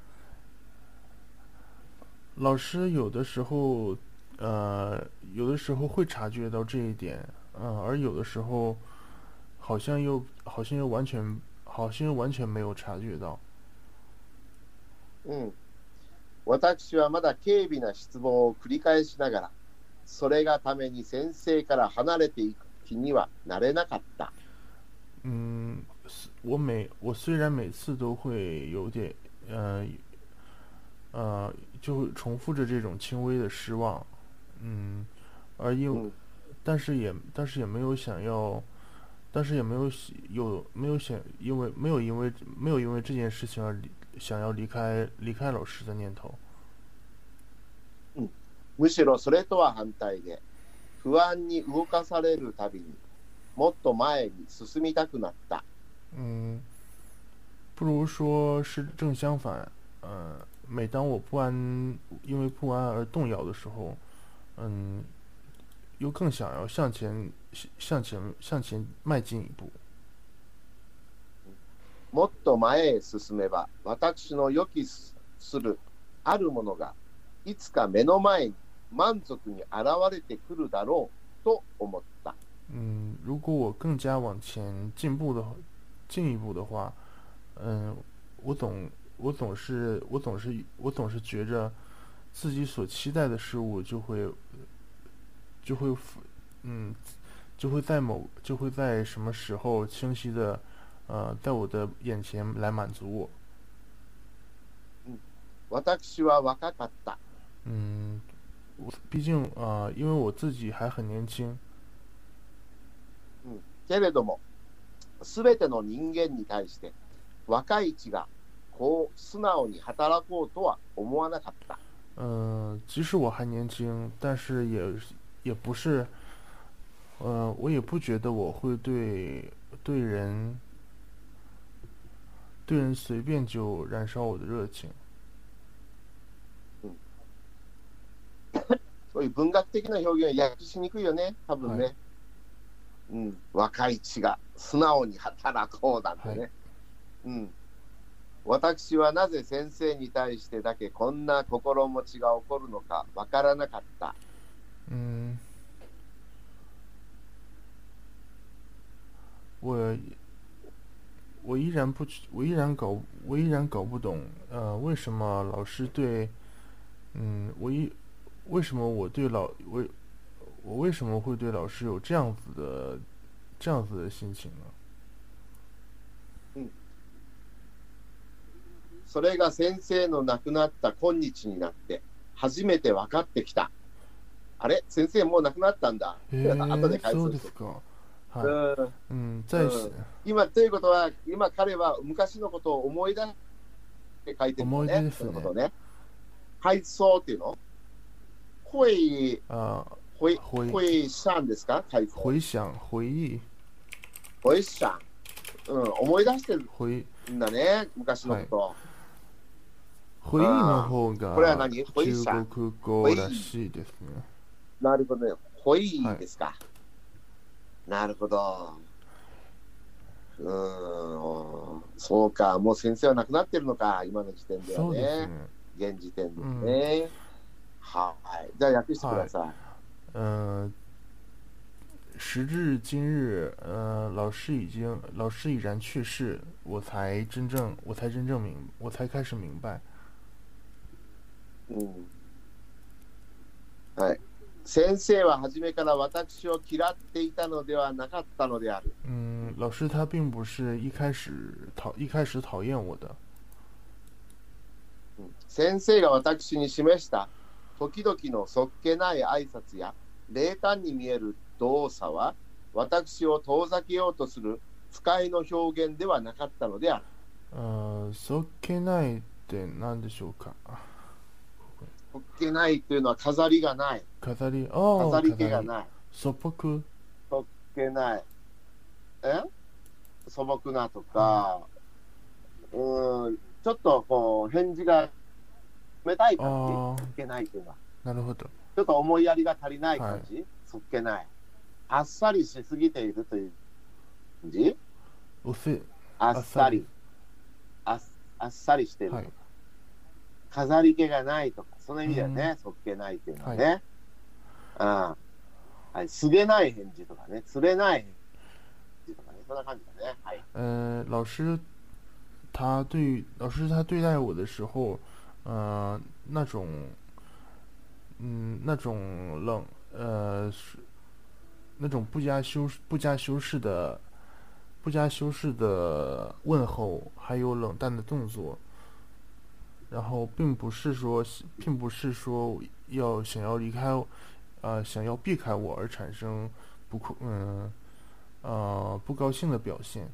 老师有的时候，呃，有的时候会察觉到这一点，嗯、而有的时候好像又好像又完全好像又完全没有察觉到。 うん。私はまだ軽微な失望を繰り返しながら、それがために先生から離れていく気にはなれなかった。 嗯，我每我虽然每次都会有点，呃呃，就会重复着这种轻微的失望，嗯，而因、 うん但是也但是也没有想要，但是也没有喜有没有想因为没有因为没有因为这件事情而离想要离开离开老师的念头。 むしろそれとは反対で、不安に動かされるたびに、 もっと前に進みたくなった。 嗯，不如说是正相反。呃，每当我不安，因为不安而动摇的时候，嗯，又更想要向前、向前、向前迈进一步。 もっと前へ進めば、私の予期するあるものがいつか目の前に満足に現れてくるだろうと思った。 嗯，如果我更加往前进步的进一步的话，嗯，我总我总是我总是我总是觉着自己所期待的事物就会就会嗯就会在某就会在什么时候清晰的呃在我的眼前来满足我。 私は若かった。 嗯，毕竟啊、呃，因为我自己还很年轻。 うん、けれども、すべての人間に対して若い血がこう素直に働こうとは思わなかった。 嗯，即使我还年轻，但是也也不是，呃，我也不觉得我会对对人对人随便就燃烧我的热情。 そういう文学的な表現は訳しにくいよね、多分ね。はい、うん、若い血が素直に働こうなんてね。はい、うん。私はなぜ先生に対してだけこんな心持ちが起こるのかわからなかった。 うん。我我依然不我依然搞我依然搞不懂，呃，为什么老师对，嗯，我一为什么我对老我我为什么会对老师有这样子的这样子的心情呢？ 嗯，それが先生の亡くなった今日になって初めて分かってきた。あれ、先生もう亡くなったんだ。後で解説。 そうですか。はい。うん、在、うん、 今ということは、今彼は昔のことを思い出して書いてるのね。思い出ですね。そのことね。回想っていうの？会あ会会想ですか？回想。 回想、回憶。 回想。うん、思い出してるんだね、昔のこと。はい、 回憶の方がこれは何？ 中国語らしいですね。 なるほどね。回憶ですか。はい、なるほど。うーん、そうか。もう先生は亡くなってるのか、今の時点ではね。 そうですね。 現時点でね。うん、はい。じゃあ訳してください。 嗯、呃，时至今日，呃，老师已经老师已然去世，我才真正我才真正明我才开始明白。 うん。はい。先生は初めから私を嫌っていたのではなかったのである。 嗯，老师他并不是一开始讨一开始討厭我的。 先生が私に示した時々のそっけない挨拶や冷淡に見える動作は私を遠ざけようとする不快の表現ではなかったのである。 呃、そっけないって何でしょうか。 そっけないというのは飾りがない。 飾り、 飾り気がない。 素朴。 そっけない。え素朴なとか、うん、うーん、ちょっとこう返事が冷たい感じ。そっけないというのは。 なるほど。 ちょっと思いやりが足りない感じ、はい、そっけない。あっさりしすぎているという感じ。 おせあっさり。あっあっさりしているとか、はい、飾り気がないとか、その意味だよね、そっけないっていうのはね。はい、あはい、すげない返事とかね、つれない返事とかね、そんな感じだね。はい。 呃，老师他对老师他对待我的时候，呃，那种，嗯，那种冷，呃，那种不加修不加修饰的。不加修饰的问候，还有冷淡的动作，然后并不是说，并不是说要想要离开，呃，想要避开我而产生不嗯呃不高兴的表现。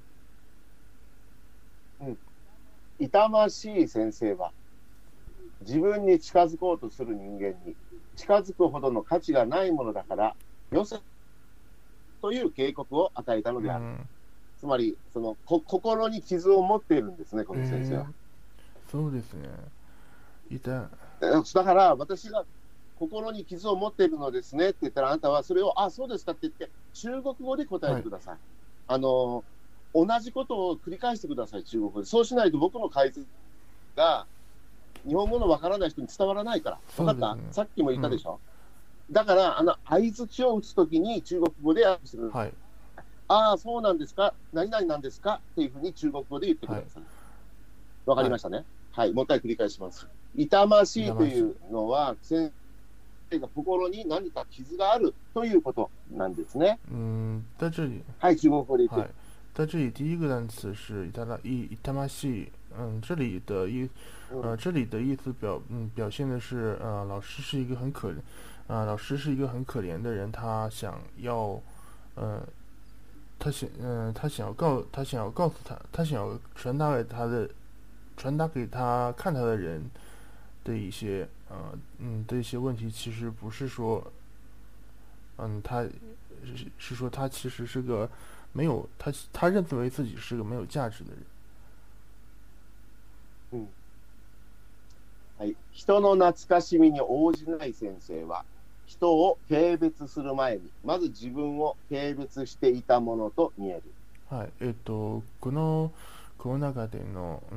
嗯，痛ましい先生は自分に近づこうとする人間に近づくほどの価値がないものだからよせという警告を与えたのである。 うんつまりそのこ心に傷を持っているんですね、この先生は。 えーそうですね。いた、 だから私が心に傷を持っているのですねって言ったら、あなたはそれを、あ、そうですかって言って、中国語で答えてください。はい、あの同じことを繰り返してください、中国語で。そうしないと僕の解説が日本語のわからない人に伝わらないから。分かった、ね、さっきも言ったでしょ。うん、だから、あの相づちを打つときに中国語で訳してください。はい、ああ、そうなんですか、何々なんですかっていうふうに中国語で言ってください。わ、はい、かりましたね、はい。はい。もう一回繰り返します。痛ましいというのは、先生が心に何か傷があるということなんですね。 嗯，在这里， はい、中国語で言って。 在这里第一个单词是痛まい痛ましい，嗯，这里的意，呃，这里的意思表，嗯，表现的是，呃，老师是一个很可，啊、呃，老师是一个很可怜的人，他想要，呃，他想，嗯、呃，他想要告，他想要告诉他，他想要传达给他的，传达给他看他的人的一些，呃，嗯，的一些问题，其实不是说，嗯，他是是说他其实是个。没有他，他认为自己是个没有价值的人。 うん。はい。人の懐かしみに応じない先生は、人を軽蔑する前に、まず自分を軽蔑していたものと見える。 はい。えっと、この、この中での、うん、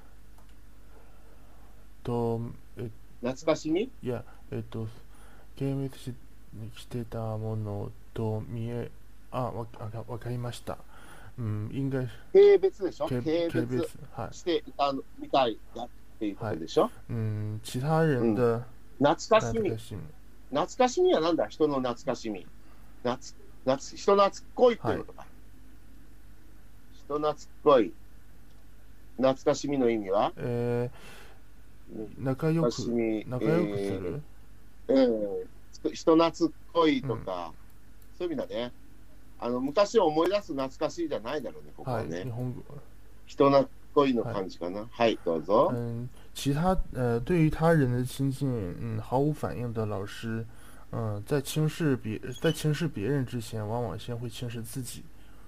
と、 え懐かしみいや、えっと、軽蔑ししてたものと見え、あ、わわかりました。うん、应该軽蔑でしょ。 軽蔑していたみたいだっていうことでしょ。はい、 うん、其他人的、うん、 懐かしみ。懐かしみはなんだ、人の懐かしみ。懐懐人懐っこいっていうことか。はい、人懐っこい。懐かしみの意味は、 えー、仲良く、仲良くする、 えーえー、人懐っこいとか、うん、そういう意味だね。あの昔を思い出す懐かしいじゃないだろうね、ここはね。はい、日本語人懐っこいの感じかな。はい、はい、どうぞ。 嗯，其他呃，对于他人的亲近，嗯，毫无反应的老师，嗯、呃，在轻视别在轻视别人之前，往往先会轻视自己。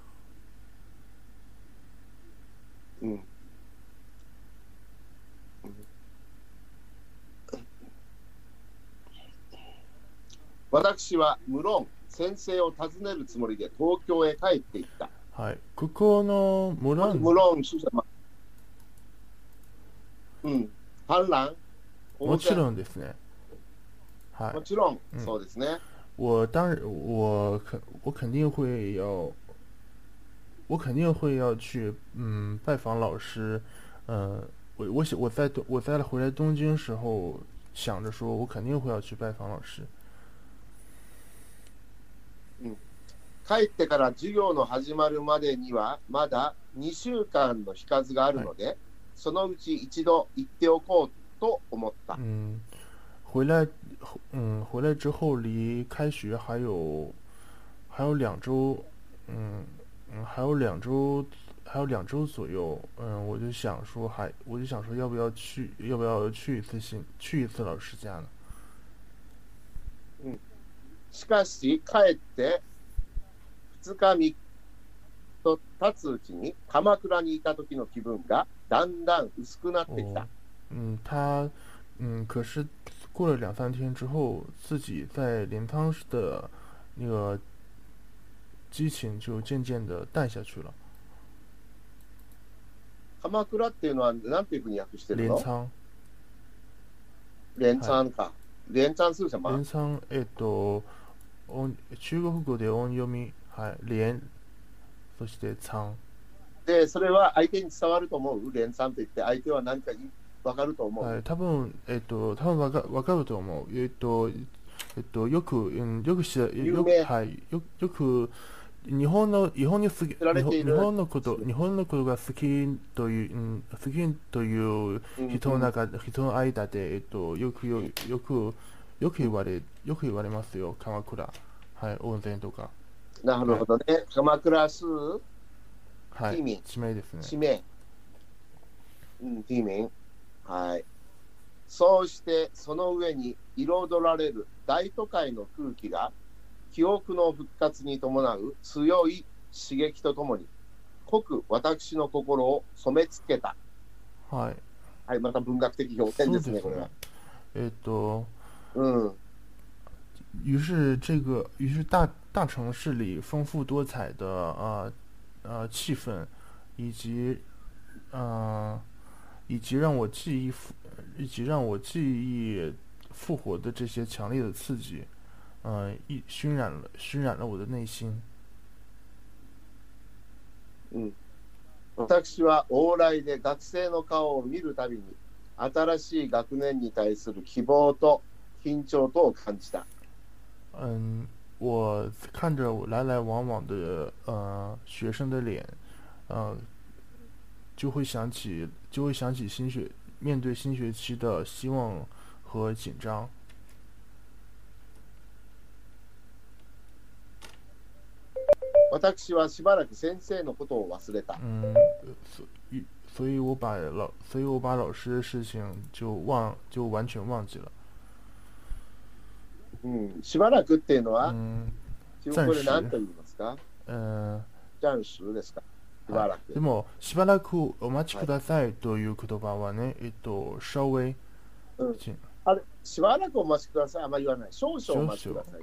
嗯。私は無論先生を訪ねるつもりで東京へ帰っていった。 はい。ここの無論。 無論、うん。反乱。 もちろんですね。 はい。もちろん、うん、そうですね。 我当然，我肯，我肯定会要，我肯定会要去，嗯，拜访老師。嗯、呃，我我想我在我在回来東京時候，想着說我肯定會要去拜訪老師。 うん、帰ってから授業の始まるまでにはまだにしゅうかんの日数があるので、はい、そのうち一度行っておこうと思った。 嗯，回来，嗯，回来之后离开学还有还有两周，嗯嗯，还有两周，还有两周左右，嗯，我就想说还，我就想说要不要去，要不要去一次新，去一次老師家呢？ 嗯。しかし帰ってふつかみっかと経つうちに鎌倉にいた時の気分がだんだん薄くなってきた。 嗯，他嗯，可是过了两三天之后，自己在镰仓的那个激情就渐渐的淡下去了。 鎌倉っていうのは何ていうふうに訳してるの？ 镰仓。 镰仓か。镰仓是什么？ 镰仓、えっと。中国語で音読み、はい、連、そして仓。 で、それは相手に伝わると思う？連さんと言って、相手は何か分かると思う？ はい、多分、えっと、多分分か、分かると思う。えっと、えっと、よく、うん、よくし、よく、はい、よ、よく、日本の、日本に好き、日本のこと、日本のことが好きという、うん、好きという人の中、うんうん、人の間で、えっと、よく、よ、よく、よく言われ、よく言われますよ、鎌倉。はい、温泉とか。 なるほどね。はい、鎌倉市、 はい、地名ですね。 地名。うん、地名。はい。そうして、その上に彩られる大都会の空気が、 記憶の復活に伴う強い刺激とともに、濃く私の心を染め付けた。 はい。 はい、また文学的表現ですね、 そうですね。 これは。 えっと， 嗯， 于是这个，于是大大城市里丰富多彩的呃呃气氛，以及呃以及让我记忆复，以及让我记忆复活的这些强烈的刺激，呃，一熏染了熏染了我的内心。 うん。私は往来で学生の顔を見るたびに、新しい学年に対する希望と緊張とを感じた。 嗯，我看着我来来往往的呃学生的脸，呃，就会想起就会想起新学面对新学期的希望和紧张。 私はしばらく先生のことを忘れた。 嗯，所以所以我把老所以我把老师的事情就忘就完全忘记了。 うん、しばらくっていうのは、 嗯， 中国語で何と言いますか？ 呃， 暫時ですか？しばらく。 でもしばらくお待ちくださいという言葉はね、えっと稍微、 うん、あれ、しばらくお待ちください。あんまり言わない。少々お待ちください。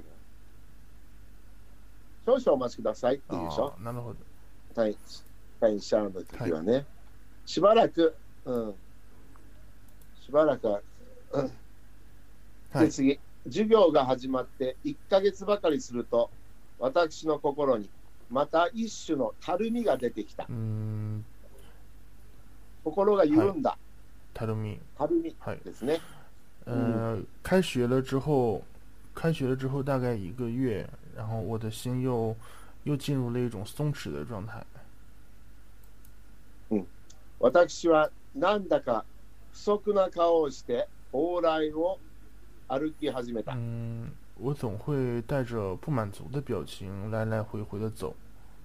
少々お待ちくださいっていうでしょ。 なるほど。 退院しちゃう時はね、はい、しばらく、うん、しばらくは、うん、で次、はい、授業が始まっていっかげつばかりすると、私の心にまた一種のたるみが出てきた。 うーん、 心が緩んだ。はい、 たるみ。 たるみですね。 はい、呃、嗯，开学了之后，开学了之后大概一个月，然后我的心又又进入了一种松弛的状态。 うん、私はなんだか不足な顔をして往来を歩き始めた。 嗯，我总会带着不满足的表情来来回回的走。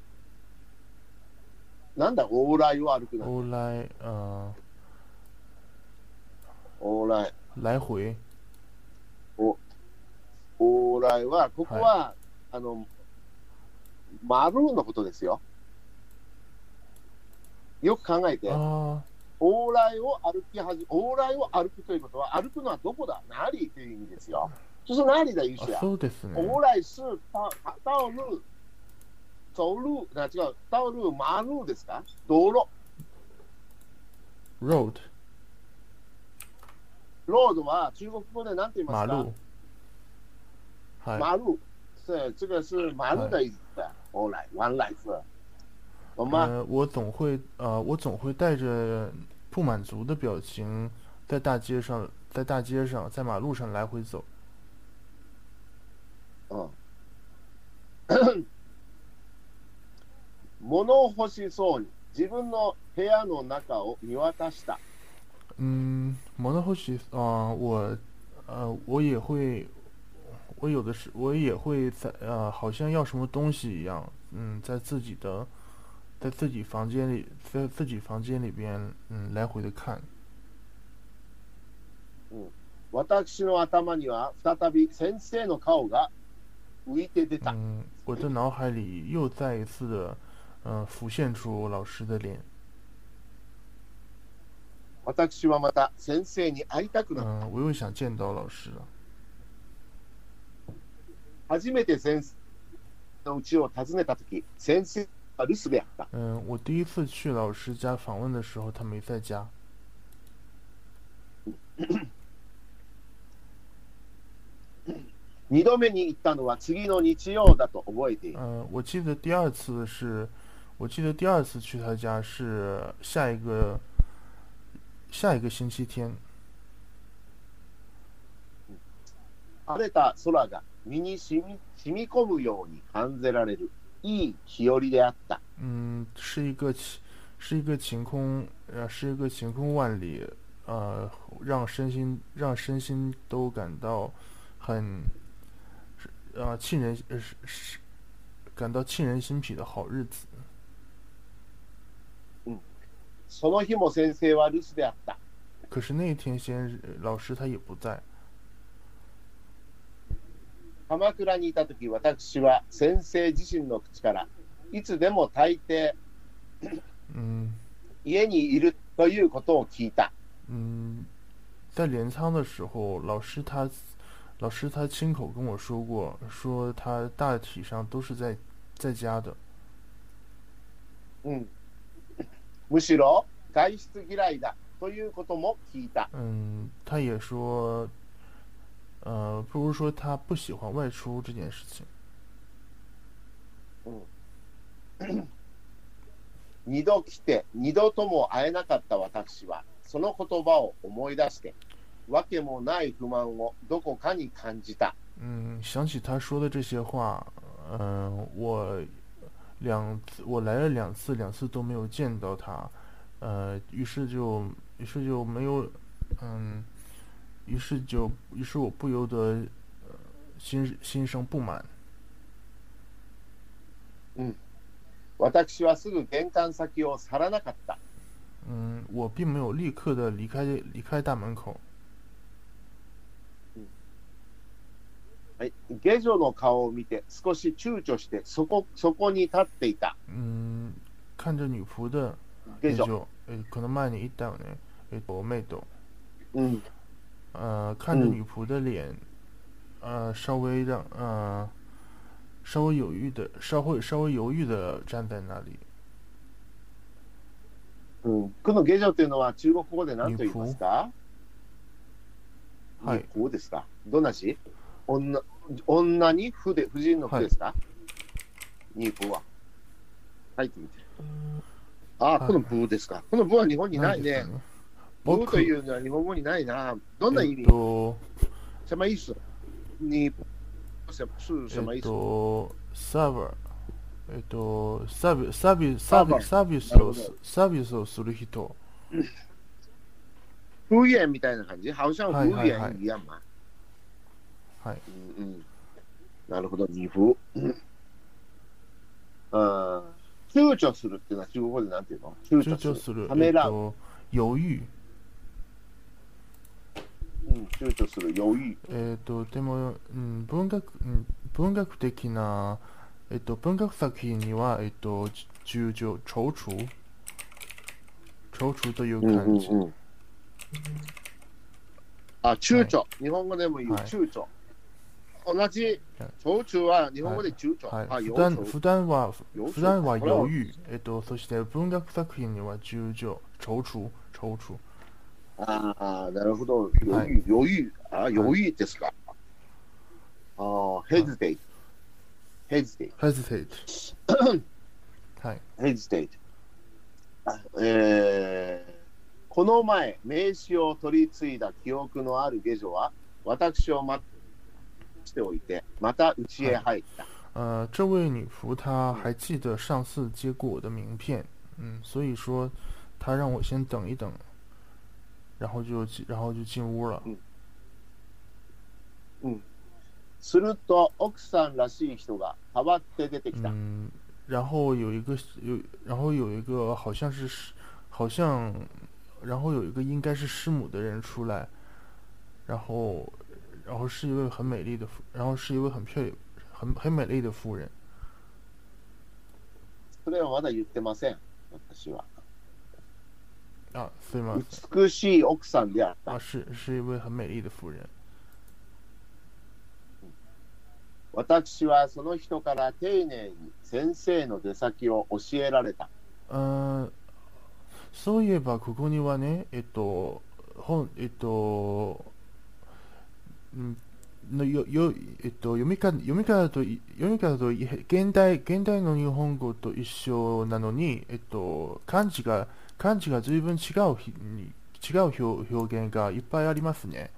なんだ往来を歩くの？ 往来、呃， 往来。 来回。 お往来はここは、はい、あの丸のことですよ。よく考えて。往来を歩きはじ往来を歩くということは、歩くのはどこだ？哪里という意味ですよ。就是哪里的意思呀？ そうですね。 往来是道道路、走路、那違う道路、马路ですか？道路。 road。 ロードは中国語で何て言いますか？ 馬路。はい。 馬路。是，这个是马路的意思的。往来，往来是。 呃，我总会呃，我总会带着不满足的表情，在大街上，在大街上，在马路上来回走。 嗯。物欲しそうに自分の部屋の中を見渡した。 嗯，物欲し啊、呃，我呃，我也会，我有的是，我也会在呃，好像要什么东西一样，嗯，在自己的。在自己房间里，在自己房间里边，嗯，来回的看。 嗯，私の頭には再び先生の顔が浮いて出た。 嗯，我的脑海里又再一次的，呃，浮现出老师的脸。 私はまた先生に会いたくなった。 嗯，我又想见到老师了。 初めて先生の家を訪ねたとき、先生。 嗯，我第一次去老师家访问的时候，他没在家。 二度目に行ったのは次の日曜だと覚えている。 嗯，我记得第二次是，我记得第二次去他家是下一个下一个星期天。 晴れた空が身に染み染み込むように感じられる。いい日和であった。 嗯，是一个是一个晴空，呃，是一个晴空万里，呃，让身心让身心都感到很，呃，沁人呃是是感到沁人心脾的好日子。 嗯，その日も先生は留守であった。 可是那一天先老师他也不在。 鎌倉にいたとき、私は先生自身の口からいつでも大抵、 うん、 家にいるということを聞いた。 嗯，在镰仓的时候，老師他老師他親口跟我說過，說他大體上都是在在家的。 うん、むしろ外出嫌いだということも聞いた。 嗯，他也说，呃，不如说他不喜欢外出这件事情。 うん、二度来て二度とも会えなかった私はその言葉を思い出してわけもない不満をどこかに感じた。 嗯，想起他说的这些话，嗯、呃，我两次我来了两次，两次都没有见到他，呃，于是就于是就没有，嗯，于是就于是我不由得、呃、心心生不满。 うん、私はすぐ玄関先を去らなかった。 嗯，我并没有立刻的离开离开大门口。 はい、下女の顔を見て少し躊躇してそこそこに立っていた。 嗯，看着女仆的下女、え可能前に言ったよね。えっとメイド。 嗯。 呃，看着女仆的脸，呃，稍微让呃稍微犹豫的稍微稍微犹豫的站在那里。 うん、この下女というのは中国語で何と言いますか？ はい。 女ですか？どんな字？女、女に婦で、婦人の婦ですか？女婦は。書いてみて。ああ、このブですか。このブは日本にないね。ブというのは日本語にないな。どんな意味？什么意思？你是什么意思？ えっと、サーバー。えっと、サービス、サービス、サービス、サービスを、サービスをする人。 服務員みたいな感じ？好像服務員一樣嘛。 はい。 うんうん。なるほど、二夫。ああ、躊躇するっていうのは中国語でなんていうの？ 躊躇する。 ためらう。 えっと、猶豫。 うん、躊躇する、猶豫。 えっと、でも、うん、文学、うん、文学的な、えっと、文学作品には、えっと、躊躇、踌躇、踌躇という感じ。 うんうんうん、あ、躊躇、はい、日本語でも言う、躊躇。同じ、踌躇は日本語で躊躇。 はい、 あ、 普段、普段は、普段は猶豫、えっと、そして文学作品には躊躇、踌躇、踌躇。 ああ、なるほど。余裕、余裕。あ、余裕ですか。ああ、hesitate。hesitate。 hesitate。はい。 hesitate。えー、この前、名刺を取り継いだ記憶のある下女は、私を待っておいて、また家へ入った。 呃，这位女仆她还记得上次接过我的名片，嗯，所以说她让我先等一等。然后就然后就进屋了。 うんうん、すると奥さんらしい人が変わって出てきた。 嗯，然后有一个有，然后有一个好像是好像，然后有一个应该是师母的人出来，然后然后是一位很美丽的，然后是一位很漂亮、很很美丽的妇人。 それはまだ言ってません。私は。 啊，对吗？ 美しい奥さんであった。 啊，是是一位很美丽的妇人。 私はその人から丁寧に先生の出先を教えられた。 うん、そういえばここにはね、えっと本えっと、うんのよよえっと読みか読み方と読み方と現代現代の日本語と一緒なのに、えっと漢字が漢字が随分違う違う表表現がいっぱいありますね。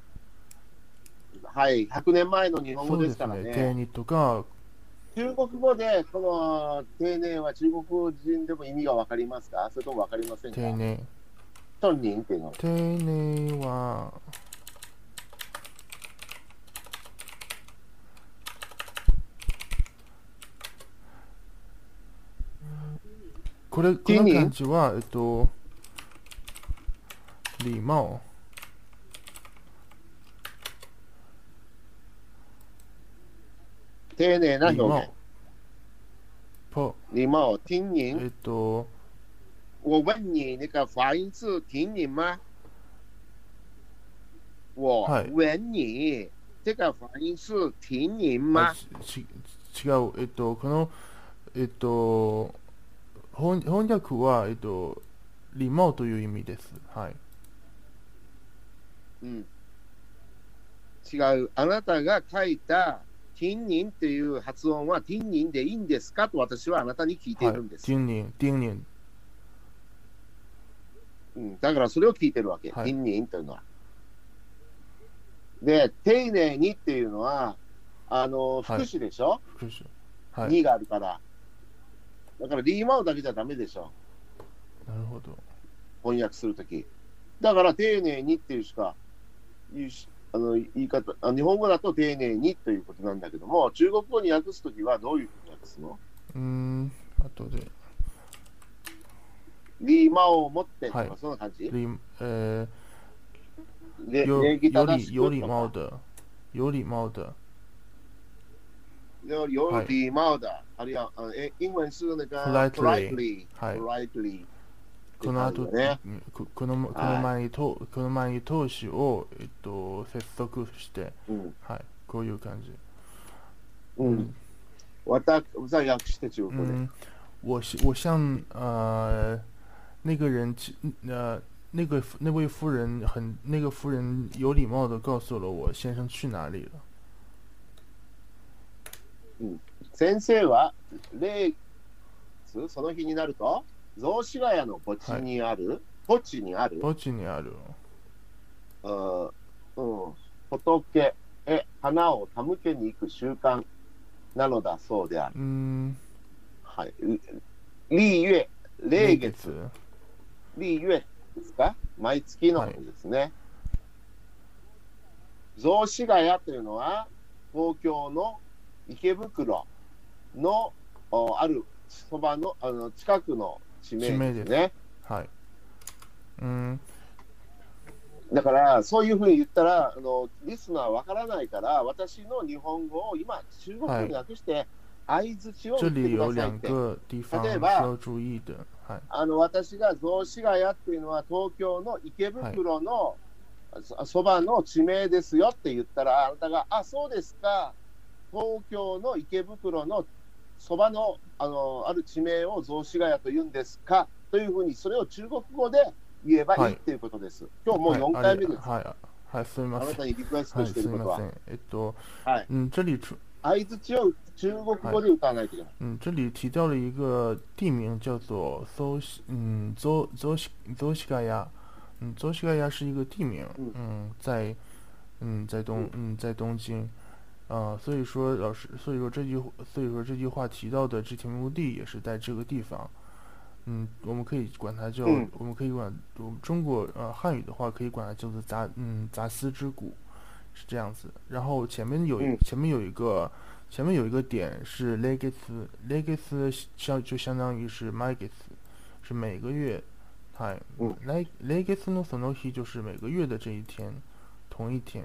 はい、ひゃくねんまえの日本語ですからね。 そうですね。丁寧とか中国語でこの丁寧は中国人でも意味がわかりますか？それともわかりませんか？ 丁寧。 丁寧っていうの。 丁寧はこれ、この漢字は、えっと、礼貌。 丁寧な礼表現。 貌。不， 礼貌，听您。 えっと、 我问你，那个发音是听您吗？我はい。 问你，这个发音是听您あ、 吗？ ち、ち、違う。えっと、この、えっと、翻翻訳は、えっと、礼貌という意味です。はい。 うん。違う。あなたが書いた听您っていう発音は听您でいいんですかと私はあなたに聞いていはい。 るんです。 丁寧、丁寧。 うん、だからそれを聞いてるわけ。 はい。 听您というのは。で、丁寧にっていうのは、あの、 はい。 副詞でしょ、 副詞。はい。 にがあるから。だから、リーマウだけじゃダメでしょ。 なるほど。 翻訳するとき。だから、丁寧にっていうしか言うし、あの言い方あ、日本語だと丁寧にということなんだけども、中国語に訳すときはどういうふうに訳すの？ うーん、あとで。 リーマウを持ってとか、 はい。 そんな感じ？ 礼、えでー、よ、 礼儀より、 正しよりくとか。 貌的。より貌的。 有有はい。 礼貌的，あるいはあのえ英文是那个 politely。 はい。 politely ってこの後、 感じだね。 うんここの、このは前にと、この前に投資を、えっと、接続して、 い。うん。 はい。こういう感じ。 う。 うんん。 私再訳して中国語で。 嗯，我是我向呃那个人其呃那个那位夫人很那个夫人有礼貌的告诉了我先生去哪里了。 うん。先生は、例その日になると、雑司ヶ谷の墓地はい。 にある、墓地にある、 墓地にある。 うんうん、仏へ花を手向けに行く習慣なのだそうである。 うん。 はい。立月、 霊霊月、 月。 立月ですか？毎月のはい。 ことですね。雑司ヶ谷というのは、東京の池袋のおあるそばの、あの近くの地地名です。 名ですね。 はい。うん。 だから、そういうふうに言ったら、あのリスナーわからないから、私の日本語を今、中国語にはい。 訳して、相槌を这打ってく里有两ださいって。 个地例え方是ば、 要注意的。はい。 あの私が雑司ヶ谷っていうのは東京の池はい。 袋のそそばの地名ですよって言ったら、あなたが、あ、そうですか、東京の池袋のそばの、あのある地名を雑司ヶ谷と言うんですかというふうに、それを中国語で言えばいはい。 いっていうことです。今日もうはい。 よんあれ、 かいめです。 はい。はい、すみまあなせん。 たにリクエストはい、 していることは。 すみません。えっと、 はい。 嗯，这里出， 相槌を中国はい。 語で歌わないといけない。 嗯，这里提到了一个地名叫做邹西，嗯，邹邹西邹西嘎亚，嗯，邹西嘎亚是一个地名， うん。 嗯，在，嗯，在う东， ん。 嗯，在东京，啊、所以说老师，所以说这句，所以说这句话提到的织田目的也是在这个地方，嗯，我们可以管它叫， うん。 我们可以管，我们中国呃汉语的话可以管它叫做杂，嗯，杂丝之谷，是这样子。然后前面有一， うん。 前面有一个。前面有一个点是 legacy，legacy 相就相当于是 magus，是每个月，はい、 うん。 来 legacy のその日就是每个月的这一天，同一天。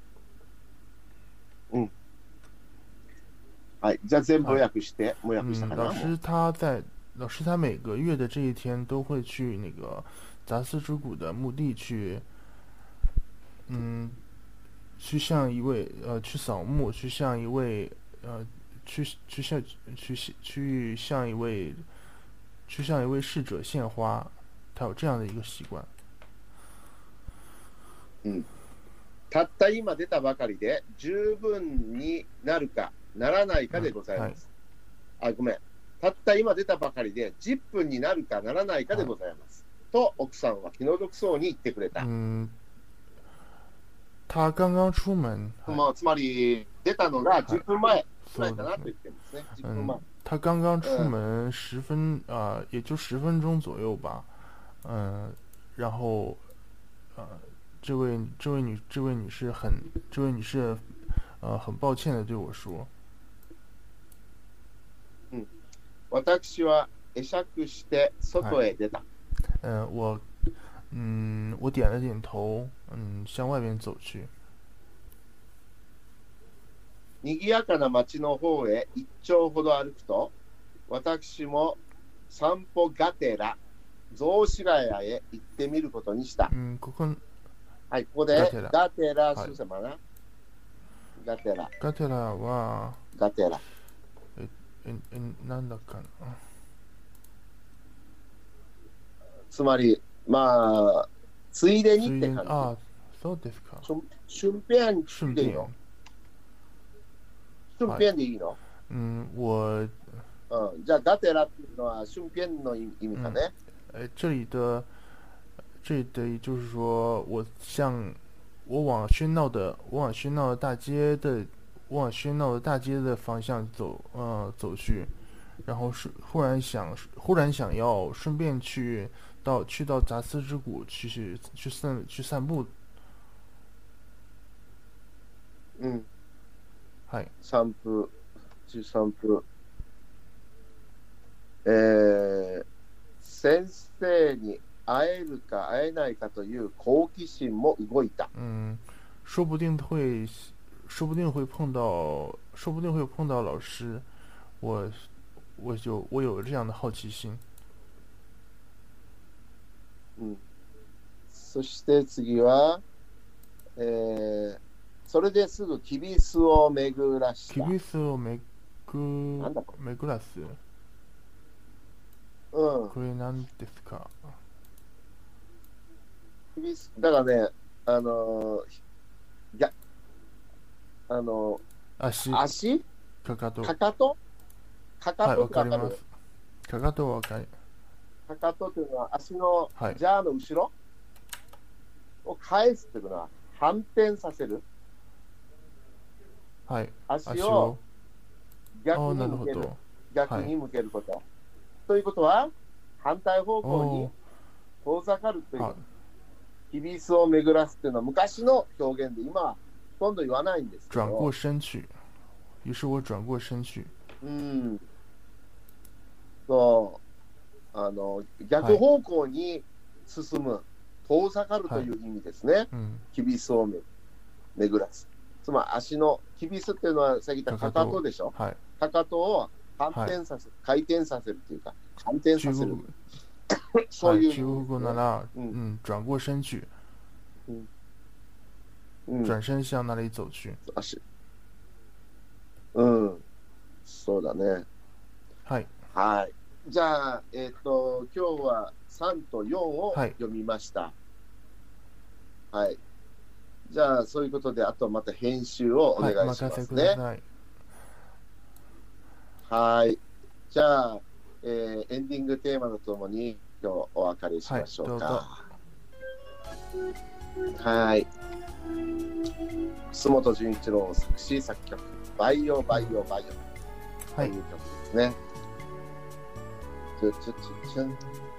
うん。はい。じゃあ全部はい。 訳して、もう訳した嗯， かな、も老师他在，老师他每个月的这一天都会去那个杂丝之谷的墓地去，嗯，去向一位呃去扫墓，去向一位呃去去向去去向一位去向一位逝者献花，他有这样的一个習慣。 う。うん。たった今出たばかりで十分になるかならないかうん、 でございはい。 ます。あ、ごめん。たった今出たばかりでじゅっぷんになるかならないかではい。 ございます。と奥さんは気の毒そうに言ってくれた。 嗯，他刚刚出門、はい。 まあ、つまり出たのが10 はい。 分前ぐらそうですね。 いかなと言ってるんですね。じゅっぷんまえ。 嗯，他刚刚出うん。 门十分啊、呃也就十分钟左右吧。嗯，然後呃，这位这位女这位女士很这位女士呃很抱歉的对我说， うん。私は会釈してはい。 外へ出た。 呃，我嗯我点了点头，嗯向外面走去。 賑やかな街の方へ一丁ほど歩くと、私も散歩がてら雑司ヶ谷へ行ってみることにした。 うん、ここ、 はい、ここでがてらがてらはいするまな。がてら、 がてらは、 がてら。 え、え、えなんだかな。 つまり、まあ、ついでついでに、 にって感あ、そうですか。 じ。順便顺便でいいの。順便でいいの、 嗯，我うん、じゃあ、がてらっていうのは順便の意味かね。 呃这里的这里的就是说我向我往喧闹的我往喧闹的大街的我往喧闹的大街的方向走呃走去，然后是忽然想忽然想要顺便去到去到杂司之谷去去去散去散步。 うん。 はい。 散歩、中散歩。えー、先生に会えるか会えないかという好奇心も動いた。 嗯，说不定会，说不定会碰到，说不定会碰到老师，我，我就我有这样的好奇心。 うん。そして次は、えー、それですぐキビスを巡らした。 キビスをめぐなんだこれ巡らす。 うん。 これ何ですか。 キビス、だからね、あのー、や、あの足、 ー、足かかと。 かかとかはい、 かとわってわかる、 かります。かかとはわかり。 かかとっていうのは足のはいジャーの後ろを返すっていうのは反転させる。 はい。 足足をを。 逆ああ、なるほに向ける。 ど。 逆に向けること。ということは、反対方向おに遠ざかるというはい。 キビスを巡らすっていうのは昔の表現で今はほとんど言わないんですけ转过ど、 身去。于是我转过身去。 うん。そう。あの、逆方向に進む、遠ざかるという意味ですね。 うん。 キビスをめ巡らす。つまり足の、キビスっていうのはさっき言ったかかとでしょ。 はい。 かかとを反転させる、回転させるっていうか、反転させる。そういう、 はい、中国語なら、 うん嗯，转过身去， うん、 转身向那里走去。 足。うん。そうだね。 はい。 はい。じゃあ、えっ、と、今日はさんとよんをはい読みました。はい。はい、じゃあ、そういうことで、あとはまた編集をお願いしますね。 はい、お任せください。 はい。じゃあ、えー、エンディングテーマとともに今日お別れしましょうか。はい。楠本純一郎作詞作曲、バイオバイオバイオという曲ですね。ちょちょちょちょん。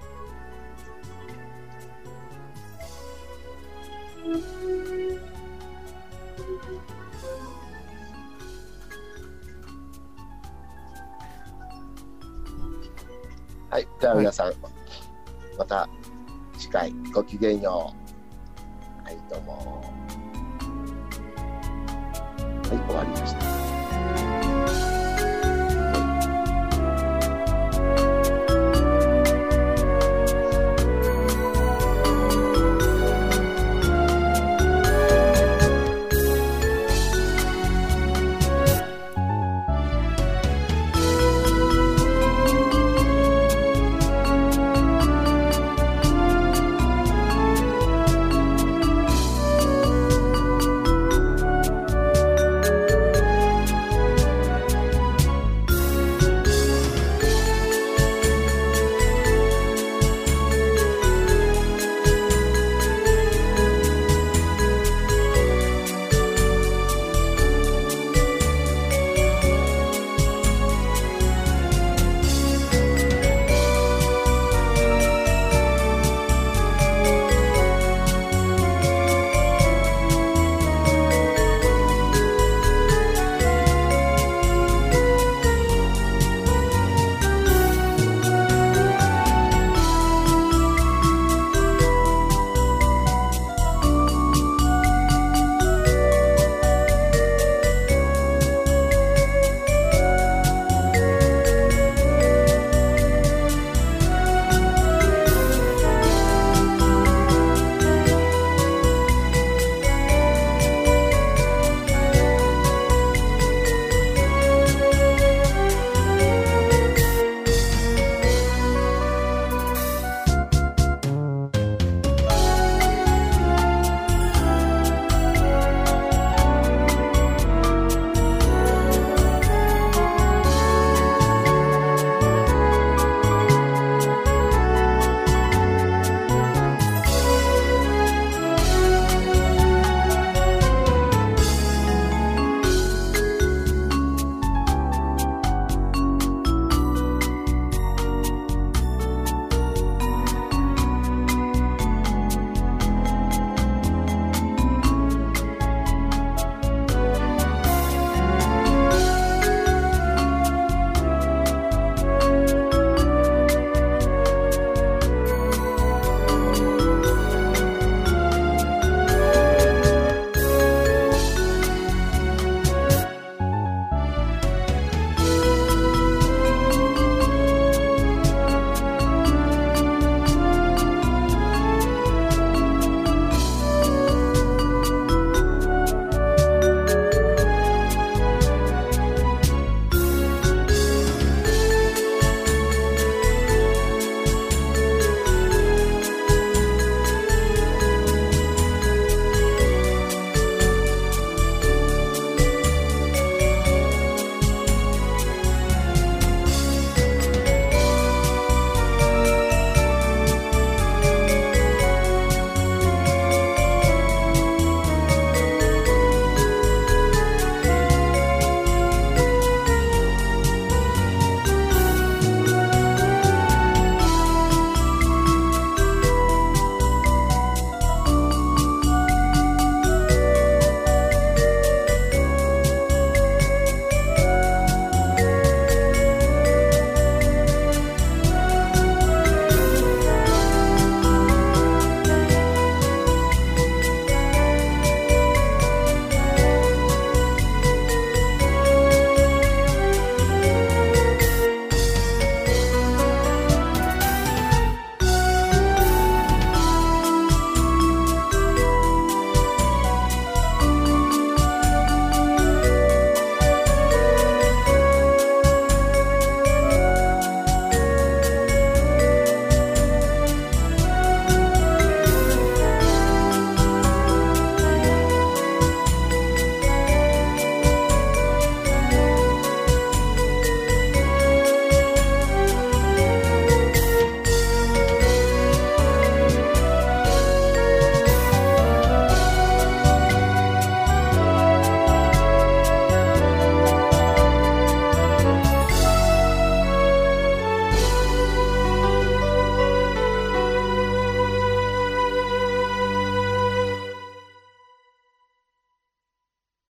はい、じゃあ皆さん、はい、また次回ごきげんよう。はい、どうも。はい、終わりました。